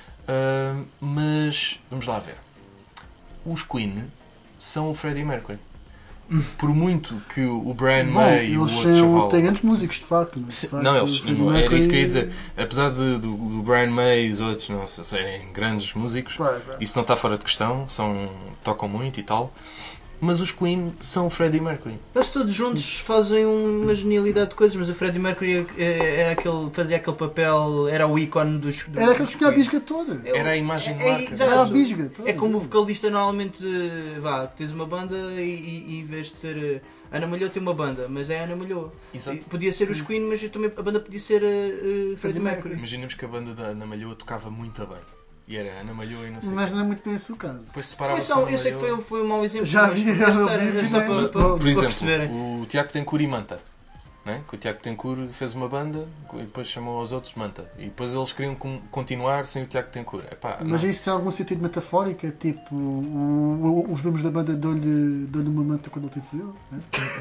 S5: Mas vamos lá ver. Os Queen são o Freddie Mercury. Por muito que o Brian May e o
S3: eles
S5: outro chaval...
S3: têm grandes músicos, de facto.
S5: Não, eles, era isso que eu ia dizer. Apesar do Brian May e os outros não serem grandes músicos, isso não está fora de questão, tocam muito e tal. Mas os Queen são o Freddie Mercury.
S4: Eles todos juntos fazem uma genialidade de coisas, mas o Freddie Mercury fazia aquele papel, era o ícone dos...
S3: Era aquele que tinha a bisga toda.
S5: Era a imagem de marca.
S4: exato.
S3: Era a bisga toda.
S4: É como o vocalista normalmente, que tens uma banda e em vez de ser... Ana Malhoa tem uma banda, mas é Ana Malhoa.
S5: Exato.
S4: E podia ser os Queen, mas também a banda podia ser Freddie Mercury.
S5: Imaginemos que a banda da Ana Malhoa tocava muito bem. E era Ana Malhoa e não sei.
S3: Mas não é muito bem esse o caso.
S5: Depois
S4: Foi
S5: separava-se
S4: só,
S5: Ana
S4: eu sei que
S5: Malhoa.
S4: foi um mau exemplo,
S3: Já
S4: mas
S3: vi,
S4: era só para
S5: Por exemplo,
S4: perceberem.
S5: o Tiago Tencourt e Manta. Né? Que o Tiago Tencourt fez uma banda e depois chamou aos outros Manta. E depois eles queriam continuar sem o Tiago Tencourt.
S3: Mas isso tem algum sentido metafórico? Tipo, os membros da banda dão-lhe uma manta quando ele tem frio? Né?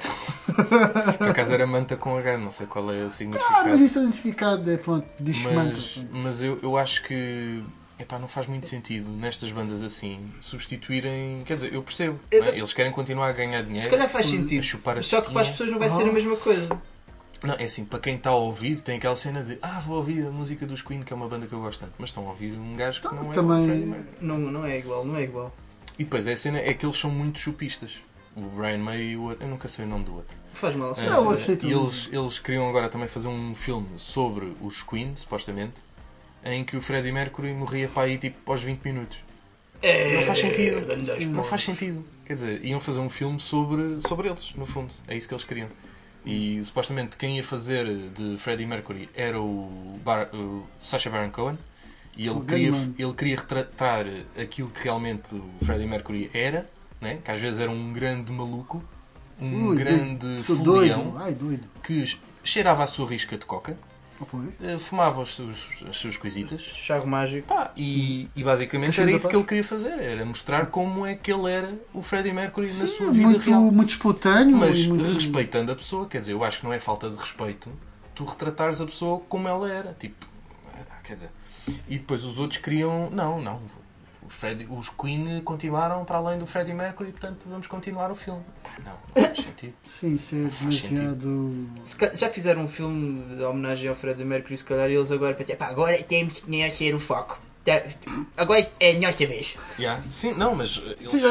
S5: Por acaso era Manta com H, não sei qual é o significado.
S3: Mas isso é identificado, pronto, diz manta.
S5: Mas eu acho que não faz muito sentido nestas bandas assim substituírem. Quer dizer, eu percebo. Não é? Eles querem continuar a ganhar dinheiro.
S4: Se calhar faz sentido,
S5: a chupar a
S4: só que para as
S5: tequinha.
S4: pessoas não vai ser a mesma coisa.
S5: Não, é assim, para quem está a ouvir, tem aquela cena de vou ouvir a música dos Queen, que é uma banda que eu gosto tanto. Mas estão a ouvir um gajo que não é
S3: também-
S5: o Freddie Mercury.
S4: Não é igual.
S5: E depois a cena é que eles são muito chupistas. O Brian May e o outro, eu nunca sei o nome do outro.
S4: Faz mal.
S5: Ah,
S3: o outro sei
S5: e
S3: tudo.
S5: eles queriam agora também fazer um filme sobre os Queen, supostamente, em que o Freddie Mercury morria para aí tipo aos 20 minutos. Não faz sentido. Não faz sentido. Quer dizer, iam fazer um filme sobre eles, no fundo. É isso que eles queriam. E supostamente quem ia fazer de Freddie Mercury era o Sacha Baron Cohen. E ele queria retratar aquilo que realmente o Freddie Mercury era, né? Que às vezes era um grande maluco, grande
S3: Sou
S5: folião,
S3: doido. Ai, doido.
S5: que cheirava a sua risca de coca,
S3: Oh, pois.
S5: fumava as suas coisitas.
S4: Charro mágico.
S5: E basicamente
S3: Cheiro
S5: era
S3: da
S5: isso
S3: paz.
S5: que ele queria fazer, era mostrar como é que ele era o Freddie Mercury na
S3: Sim,
S5: sua vida real.
S3: muito espontâneo.
S5: Mas
S3: e muito...
S5: respeitando a pessoa, quer dizer, eu acho que não é falta de respeito tu retratares a pessoa como ela era. Tipo, quer dizer. E depois os outros queriam. Não. Os Queen continuaram para além do Freddie Mercury, portanto vamos continuar o filme. Não faz sentido.
S3: Sim, isso é demasiado...
S4: Já fizeram um filme de homenagem ao Freddie Mercury, se calhar, e eles agora pensam, agora temos que ser o foco. Agora é a nossa vez.
S5: Yeah. Sim, não, mas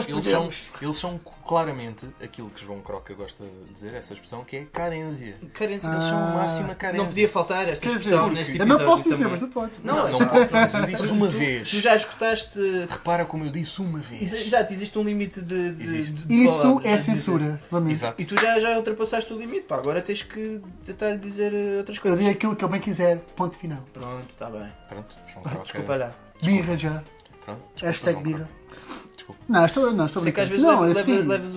S5: eles são claramente aquilo que João Croca gosta de dizer, essa expressão, que é carência.
S4: Eles
S5: são a máxima carência.
S4: Não podia faltar esta
S3: Quer
S4: expressão
S3: dizer,
S4: neste
S3: eu
S4: episódio.
S3: não posso dizer,
S4: também.
S3: mas tu podes.
S5: Não pode, mas eu disse uma vez.
S4: Tu já escutaste.
S5: Repara como eu disse uma vez.
S4: Exato, existe um limite de
S5: Existe.
S4: de
S3: Isso
S4: palavras,
S3: é
S4: de dizer.
S3: censura. Lamento.
S5: Exato.
S4: E tu já ultrapassaste o limite, pá. Agora tens que tentar dizer outras
S3: Eu
S4: coisas.
S3: digo aquilo que eu bem quiser. Ponto final.
S4: Pronto, está bem.
S5: Pronto, João Croca.
S4: Desculpa lá.
S3: Birra já.
S5: Pronto, desculpa,
S3: Hashtag
S5: João
S3: birra.
S5: Croca. Desculpa.
S3: Não, estou
S4: Sei que às
S3: brincando.
S4: vezes
S3: Não, é assim.
S4: levas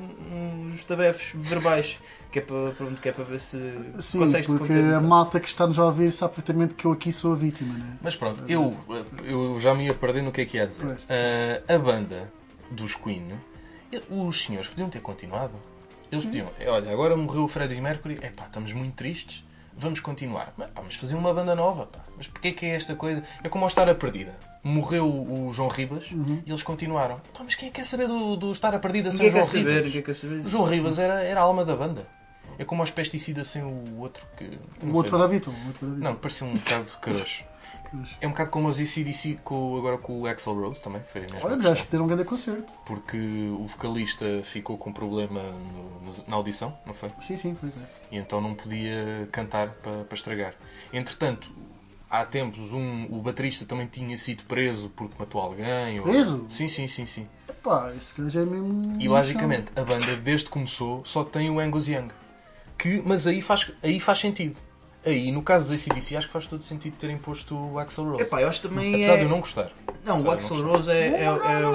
S4: uns tabefes verbais que é para ver se
S3: Sim,
S4: consegues te
S3: porque
S4: conter.
S3: a malta que está-nos a ouvir sabe perfeitamente que eu aqui sou a vítima, não é?
S5: Mas pronto, eu já me ia perder no que é que ia dizer.
S3: Pois.
S5: A banda dos Queen, os senhores podiam ter continuado. Eles podiam, olha, agora morreu o Freddie Mercury, estamos muito tristes, vamos continuar. Mas fazer uma banda nova, pá. Mas porquê que é esta coisa? É como ao Estar a Perdida. Morreu o João Ribas e eles continuaram. Mas quem é que quer saber do Estar a Perdida sem
S4: Ninguém
S5: o João Ribas?
S4: quer saber.
S5: O João Ribas era a alma da banda. É como aos Pesticidas sem o outro que...
S3: O outro era Vitor.
S5: Não, parecia um bocado caroço. É um bocado como os AC/DC agora com o Axl Rose também, foi a mesma
S3: Olha,
S5: questão.
S3: acho que deram um grande concerto.
S5: Porque o vocalista ficou com problema na audição, não foi?
S3: Sim, foi bem.
S5: E então não podia cantar para estragar. Entretanto, há tempos o baterista também tinha sido preso porque matou alguém.
S3: Preso?
S5: Sim.
S3: Pá, esse gajo é mesmo...
S5: E basicamente a banda desde que começou só tem o Angus Young. Mas aí faz sentido. Aí, no caso do AC/DC, acho que faz todo sentido terem posto o Axl Rose.
S4: Epá, eu acho também
S5: Apesar de eu não gostar.
S4: Não, o Axl Rose é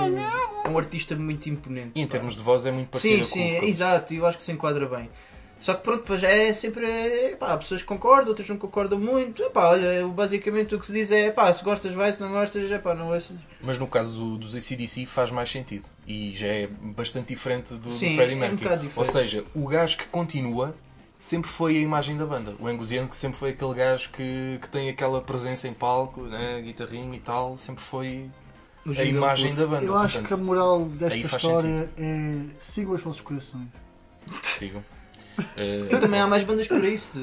S4: um artista muito imponente.
S5: E em termos de voz é muito parecido
S4: Sim,
S5: com o Rose.
S4: exato, eu acho que se enquadra bem. Só que pronto, depois é sempre... há pessoas que concordam, outras não concordam muito. Olha, basicamente o que se diz é se gostas vai, se não gostas, não gostas.
S5: Mas no caso dos AC/DC faz mais sentido. E já é bastante diferente do
S4: Sim,
S5: Freddie
S4: é um
S5: Mercury.
S4: bocado diferente.
S5: Ou seja, o gajo que continua sempre foi a imagem da banda. O Angus Young sempre foi aquele gajo que tem aquela presença em palco, né, guitarrinha e tal, sempre foi a imagem da banda.
S3: Eu acho
S5: Portanto,
S3: que a moral desta
S5: aí faz
S3: história é sigam os vossos corações.
S5: sigam.
S4: Também há mais bandas para isso,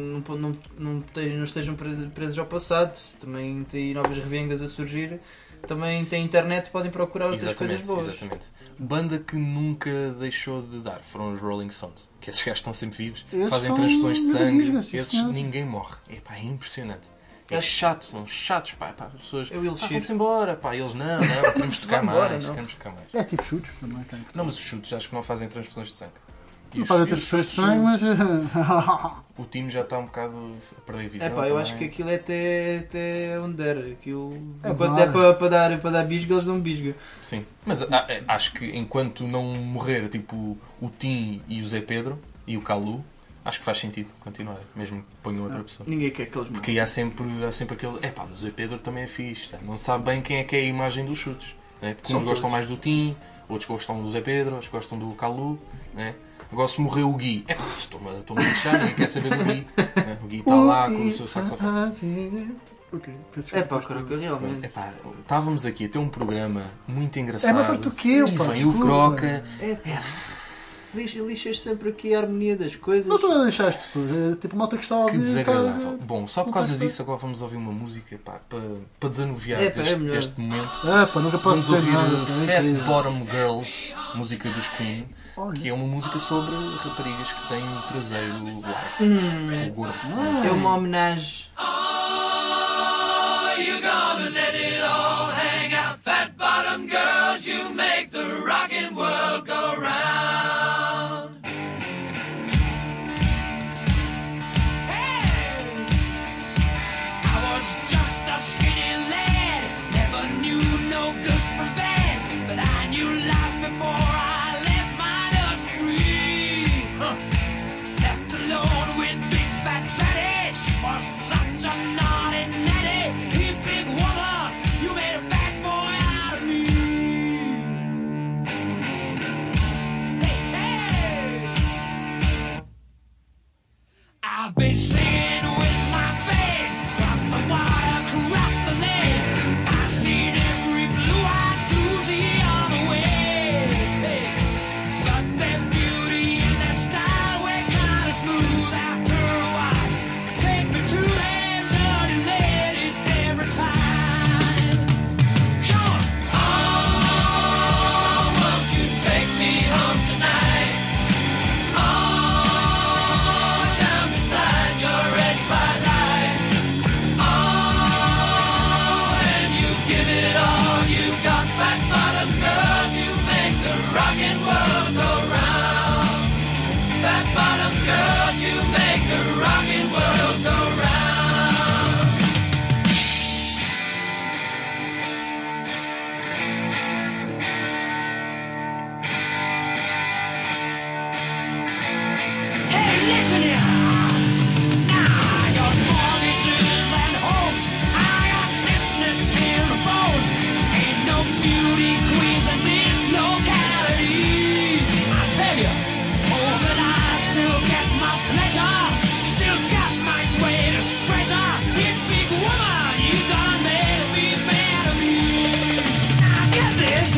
S4: não estejam presos ao passado. Se também tem novas revengas a surgir, também tem internet, podem procurar outras coisas boas.
S5: Exatamente. Banda que nunca deixou de dar foram os Rolling Stones. Que esses gajos estão sempre vivos,
S3: Esses
S5: fazem
S3: são
S5: transfusões de sangue,
S3: grande sim,
S5: esses
S3: senhor.
S5: ninguém morre. É impressionante. É chato, são chatos, pá, as pessoas
S4: Elixir.
S5: vão-se embora, pá, eles não, queremos tocar
S4: embora,
S5: mais,
S4: não.
S5: queremos tocar mais.
S3: É tipo chutes também.
S5: Não, mas os chutes acho que não fazem transfusões de sangue. E
S3: Não
S5: os-
S3: faz
S5: e
S3: outras
S5: os
S3: pessoas
S5: chutes,
S3: sem, mas...
S5: o time já está um bocado a perder a visão.
S4: Eu
S5: também.
S4: acho que aquilo é até onde der. Aquilo,
S3: É
S4: enquanto
S3: claro.
S4: der para dar bisga, eles dão bisga.
S5: Sim, mas acho que enquanto não morrer tipo o Tim e o Zé Pedro e o Calu, acho que faz sentido continuar, mesmo que ponham outra pessoa.
S4: Ninguém quer que eles
S5: Porque aí há sempre aquele. Mas o Zé Pedro também é fixe, tá? Não sabe bem quem é a imagem dos chutes. Né? Porque uns gostam mais do Tim, outros gostam do Zé Pedro, outros gostam do Calu. Né? Agora se morreu o Gui, estou-me a lixar, ninguém quer saber do Gui. Né? O Gui está lá com o seu saxofone.
S3: Ok, peço
S4: É
S3: desculpa.
S4: pá, Croca, realmente.
S5: Estávamos aqui a ter um programa muito engraçado.
S3: É, mas foste o quê,
S5: e
S3: pá?
S5: vem
S3: Desculpa.
S5: o Croca.
S4: Lixas sempre aqui a harmonia das coisas.
S3: Não estou a deixar as pessoas, é tipo malta que está a ouvir.
S5: Que desagradável.
S3: está-
S5: Bom, só por
S3: não
S5: causa
S3: está
S5: disso agora vamos ouvir uma música para desanuviar
S4: É, pá, é melhor.
S5: deste momento.
S3: Pá, nunca posso
S5: Vamos
S3: dizer
S5: ouvir
S3: nada. pá, é
S5: Fat
S3: incrível.
S5: Bottom Girls, música dos Queen,
S3: Olha.
S5: que é uma música sobre raparigas que têm o traseiro largo, o gordo.
S4: É uma homenagem.
S11: I was just a skinny lad, never knew no good from bad, but I knew life before I left my nursery. Left alone with big fat fatty, she was such a naughty natty. You big woman, you made a bad boy out of me. Hey, hey! I've been singing with my band, cross the water, cross the land. I've seen every blue-eyed floozy on the way. Hey, but their beauty and their style were kind of smooth after a while. Take me to their dirty ladies every time.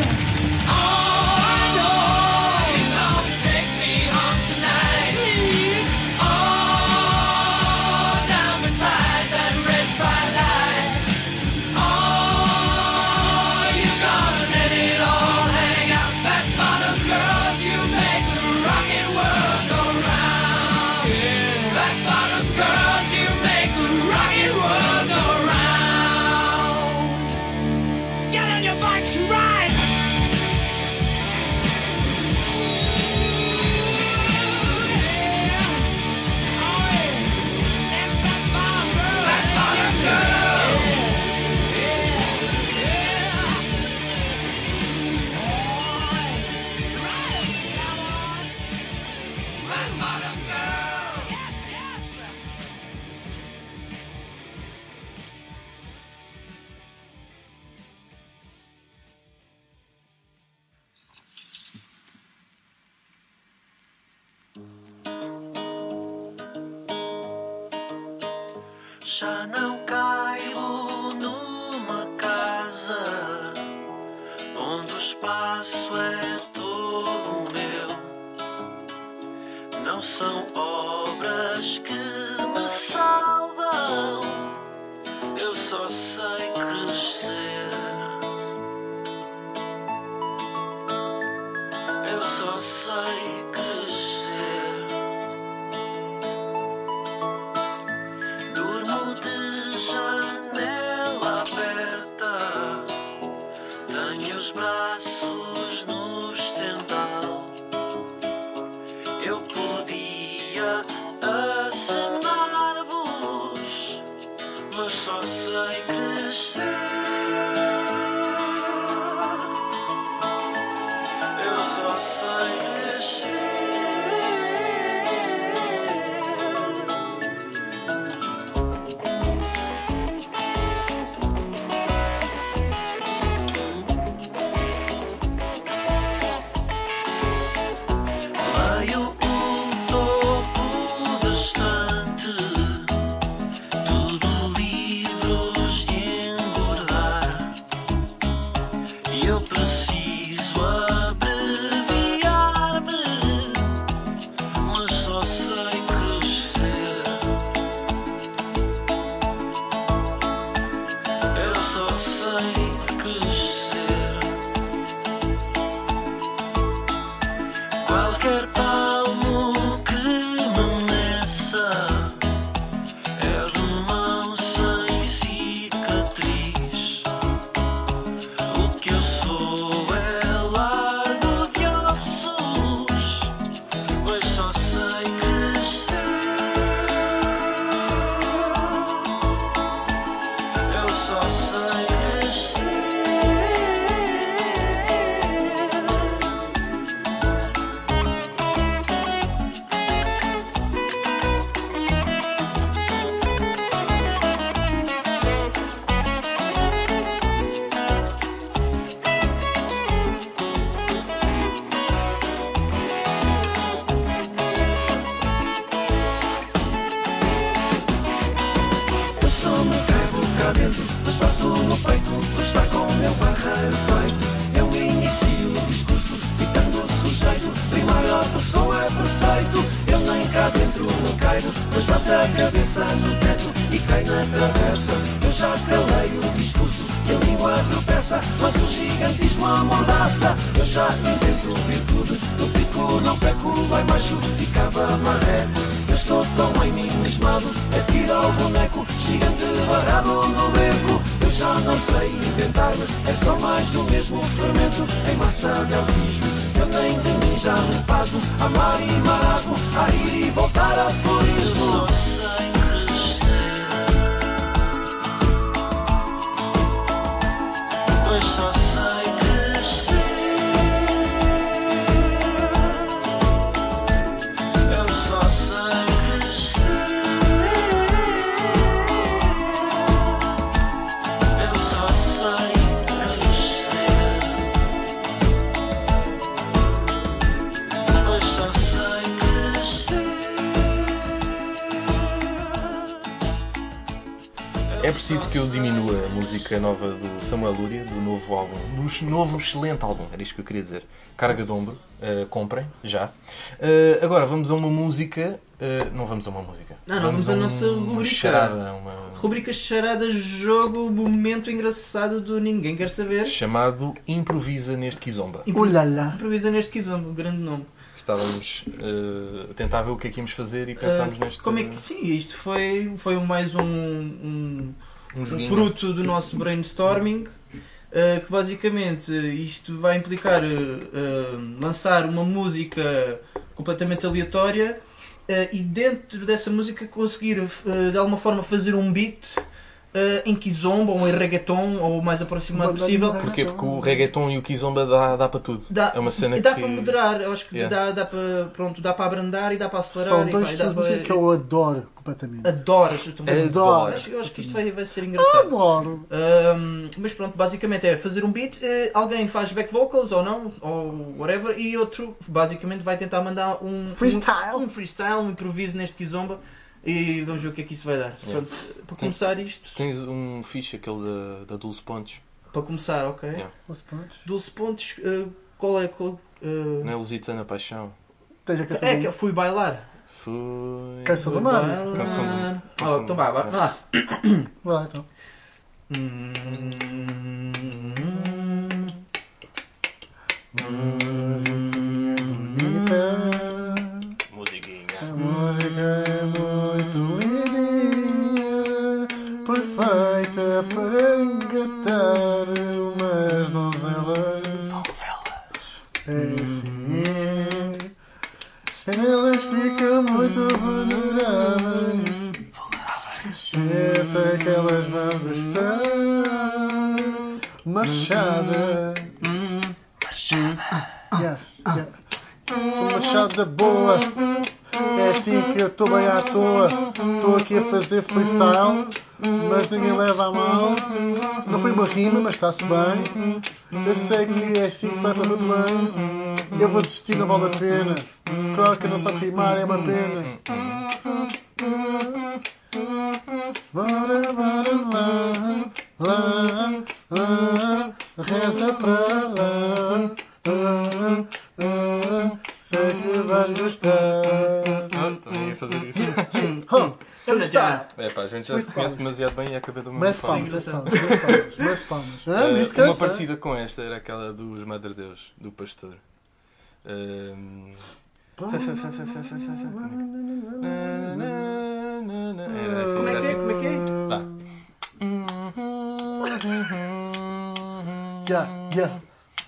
S10: Já não caibo numa casa onde o espaço é todo meu. Não são obras que me salvam, eu só sei crescer. Eu só sei crescer. Durmo de janela aberta, tenho os braços no estendal. Eu podia acenar-vos, mas só sei crescer. Eu só sei crescer. Leio o topo da estante, tudo livros de engordar. E eu preciso abreviar-me, mas só sei crescer. Eu só sei crescer. Qualquer palmo que me meça é de mão sem cicatriz. O que eu sou é largo de ossos, mas só sei crescer. Eu só sei crescer. Eu só me pego cá dentro, mas bato no peito por estar com o meu barreiro feito. Eu inicio o discurso citando o sujeito, primeiro a pessoa é preceito. Eu nem cá dentro não caibo, mas bato a cabeça no teto e cai na travessa. Eu já calei o discurso e a língua tropeça, mas o gigantismo amordaça. Eu já invento virtude, no pico não peco, lá embaixo ficava marreco. Eu estou tão enigmado, atiro ao boneco, gigante varado no beco. Eu já não sei inventar-me, é só mais do mesmo fermento em massa de autismo. Eu nem de mim já me pasmo, amar e marasmo, a ir e voltar a aforismo. Mas só sei crescer. Eu só sei crescer. Eu só sei crescer. Mas só sei crescer.
S5: É É preciso que eu diminua a música nova do Samuel Lúria, do novo álbum, do novo excelente álbum, era isto que eu queria dizer. Carga de Ombro, comprem, já. Agora vamos a uma música. Não vamos a uma música.
S4: Não, vamos à nossa
S5: uma
S4: rubrica.
S5: charada,
S4: Rubrica charada, jogo, momento engraçado do Ninguém Quer Saber.
S5: chamado Improvisa neste Kizomba.
S3: Olha.
S4: Improvisa neste Kizomba, grande nome.
S5: Estávamos a tentar ver o que é que íamos fazer e pensámos neste.
S4: Como é que sim, isto foi mais um
S5: joguinho.
S4: fruto do nosso brainstorming, que basicamente isto vai implicar lançar uma música completamente aleatória e dentro dessa música conseguir de alguma forma fazer um beat em kizomba ou em reggaeton ou o mais aproximado possível.
S5: Porquê? Porque o reggaeton e o kizomba dá para tudo. É uma cena
S4: dá
S5: que...
S4: para moderar, eu acho que
S5: Yeah.
S4: dá para abrandar e dá para acelerar.
S3: São dois estilos de música que eu adoro completamente.
S4: Adoras, eu também
S3: Adoro.
S4: Eu acho que isto vai ser engraçado.
S3: Adoro.
S4: Mas pronto, basicamente é fazer um beat, alguém faz back vocals ou não, ou whatever, e outro basicamente vai tentar mandar um freestyle, um improviso neste kizomba e vamos ver o que é que isso vai dar.
S5: Yeah.
S4: Pronto, para começar isto.
S5: Tens um fixe, aquele da Dulce Pontes.
S4: Para começar, ok.
S5: Yeah.
S4: Dulce Pontes, qual é?
S5: Não é Lusitana Paixão?
S4: Que eu fui bailar.
S3: Canção do Mar.
S5: Canção do Mar.
S4: Então vai lá.
S3: Vai então.
S5: Musiquinha.
S3: A música é muito lindinha, perfeita para engatar umas donzelas. É assim. Elas ficam muito vulneráveis. Eu sei que elas vão gostar. Machada. Yeah. Uma machada boa. É assim que eu estou bem à toa. Estou aqui a fazer freestyle, mas ninguém leva a mal. Não foi uma rima, mas está-se bem. Eu sei que é assim que vai tudo bem. Eu vou desistir, não vale a pena. Claro que eu não sabe rimar, é uma pena. Bora, bora lá, reza para lá. Sei que vais gostar.
S5: Também ia fazer isso. É pá, a gente já se conhece demasiado bem e acabei do meu
S3: Merece palmas.
S5: Uma parecida com esta era aquela dos Madre Deus, do Pastor. Era assim,
S4: Como é que é?
S5: Vá.
S3: Yeah.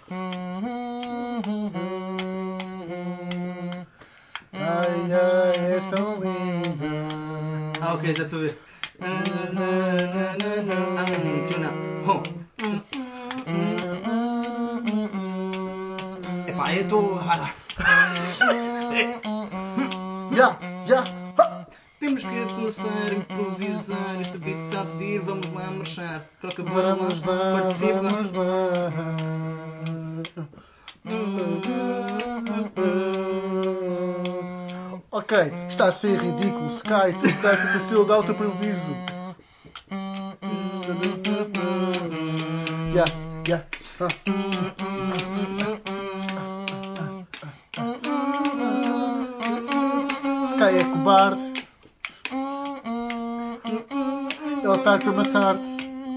S3: Ai, é tão linda.
S4: Ok, já estou a ver. Epá, eu estou... Temos que começar a improvisar. Este beat está a pedir, vamos lá marchar. Croca bola, participa.
S3: Vamos lá. Ok, está a ser ridículo. Sky, tu estás no estilo de auto-improviso. Yeah. Sky é cobarde. Ele está a matar-te.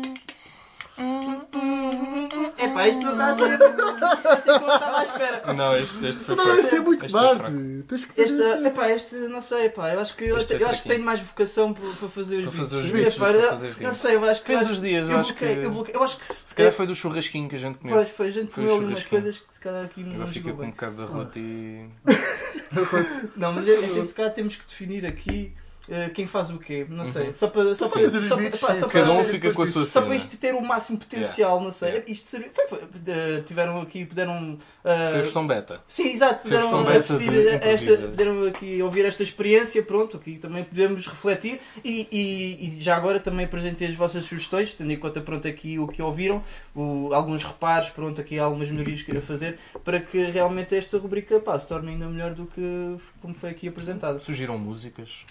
S4: Epá, isto não está a ser como eu estava à espera.
S5: Não, este foi
S3: Não, isso é muito
S5: este foi fraco.
S3: cobarde. Tens que fazer assim.
S4: Este, não sei, pá, eu acho que
S5: Este é
S4: tenho
S5: fraquinho.
S4: mais vocação para fazer os
S5: Para fazer
S4: vídeos.
S5: os vídeos,
S4: Epá,
S5: para fazer
S4: não sei, eu acho que...
S5: Depende dos dias, eu acho que...
S4: Eu acho que
S5: Se calhar foi do churrasquinho que a gente comeu.
S4: Foi, a gente
S5: Foi
S4: comeu
S5: o
S4: ali umas
S5: churrasquinho.
S4: coisas que se calhar aqui não
S5: Agora
S4: nos
S5: fica
S4: jogou
S5: com um
S4: bem.
S5: bocado da rota e...
S4: Não, mas a gente se calhar temos que definir aqui quem faz o quê, não sei. Só para
S3: fazer os vídeos, sim.
S5: Cada um fica com a sua
S4: Só
S5: cena.
S4: para isto ter o máximo potencial, não sei. Isto seria, tiveram aqui, puderam...
S5: Foi a versão beta.
S4: Sim, exato,
S5: Foi a
S4: puderam
S5: versão beta
S4: assistir
S5: de
S4: a esta,
S5: improvisa.
S4: puderam aqui ouvir esta experiência, pronto, aqui também podemos refletir e já agora também apresentei as vossas sugestões, tendo em conta, pronto, aqui o que ouviram, alguns reparos, pronto, aqui algumas melhorias que queira fazer, para que realmente esta rubrica, pá, se torne ainda melhor do que como foi aqui apresentado.
S5: Surgiram músicas.
S4: Exato,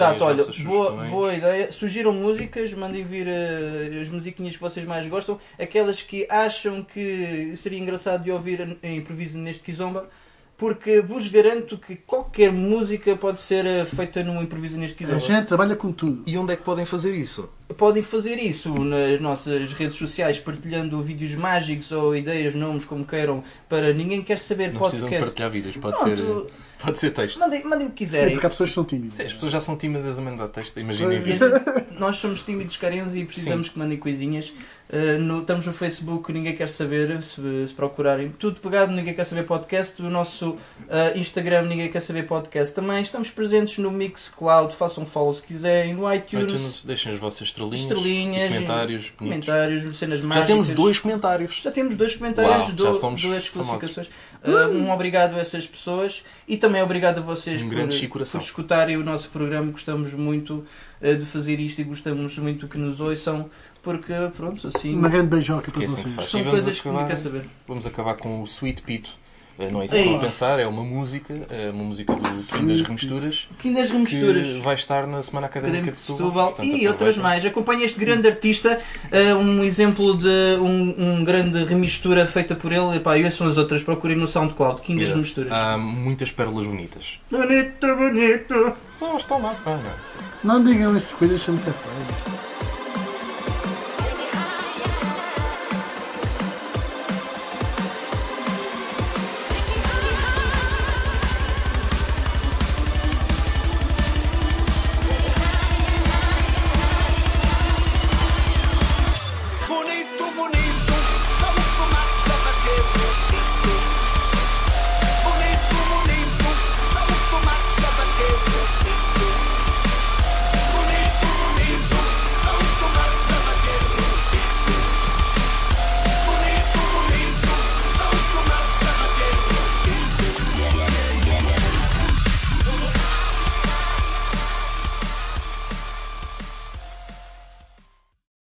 S4: Exato,
S5: as
S4: olha,
S5: vossas sugestões.
S4: boa ideia. Sugiram músicas, mandem vir as musiquinhas que vocês mais gostam, aquelas que acham que seria engraçado de ouvir em improviso neste Kizomba, porque vos garanto que qualquer música pode ser feita num improviso neste
S3: A
S4: Kizomba.
S3: gente trabalha com tudo.
S5: E onde é que podem fazer isso?
S4: Podem fazer isso nas nossas redes sociais, partilhando vídeos mágicos ou ideias, nomes, como queiram, para Ninguém Quer Saber
S5: Não
S4: podcast.
S5: precisam de partilhar vídeos,
S4: Pronto.
S5: pode ser texto.
S4: Mandem o que
S3: Sim,
S4: quiserem.
S3: porque há pessoas que são tímidas.
S5: Sim, as pessoas já são tímidas a mandar texto, imaginem
S3: Pois.
S5: vídeo.
S4: Nós somos tímidos, carentes e precisamos que mandem coisinhas. Estamos no Facebook, Ninguém Quer Saber, se procurarem. Tudo pegado, Ninguém Quer Saber Podcast. O nosso Instagram, Ninguém Quer Saber Podcast também. Estamos presentes no Mixcloud, façam follow se quiserem, no iTunes.
S5: Deixem as vossas estrelinhas,
S4: Estrelinhas,
S5: e comentários bonitos.
S4: comentários, cenas
S5: Já
S4: mágicas.
S5: temos 2 comentários.
S4: Já temos 2 comentários,
S5: Uau, já somos
S4: 2
S5: famosos.
S4: classificações. Um obrigado a essas pessoas e também obrigado a vocês
S5: grande
S4: por
S5: coração.
S4: escutarem o nosso programa. Gostamos muito de fazer isto e gostamos muito que nos ouçam, porque pronto, assim
S3: Uma grande beijoca para
S5: Que é assim que
S3: vocês.
S5: se faz.
S4: são
S5: E vamos
S4: coisas que
S5: acabar-
S4: ninguém quer saber.
S5: Vamos acabar com o Sweet Pito. Não é isso que
S4: Ei.
S5: vou pensar, é uma música do Kim das Remisturas,
S4: Aqui nas remisturas.
S5: que vai estar na Semana Académica de Setúbal. Portanto,
S4: E outras
S5: aproveitem.
S4: mais. Acompanha este grande artista, um exemplo de um grande remistura feita por ele. Epá, e são as outras, procurem no SoundCloud, King das
S5: Exato.
S4: Remisturas.
S5: Há muitas pérolas bonitas.
S4: Bonito, bonito.
S5: Só estão lá. Não,
S3: Não digam essas coisas, são muito feias.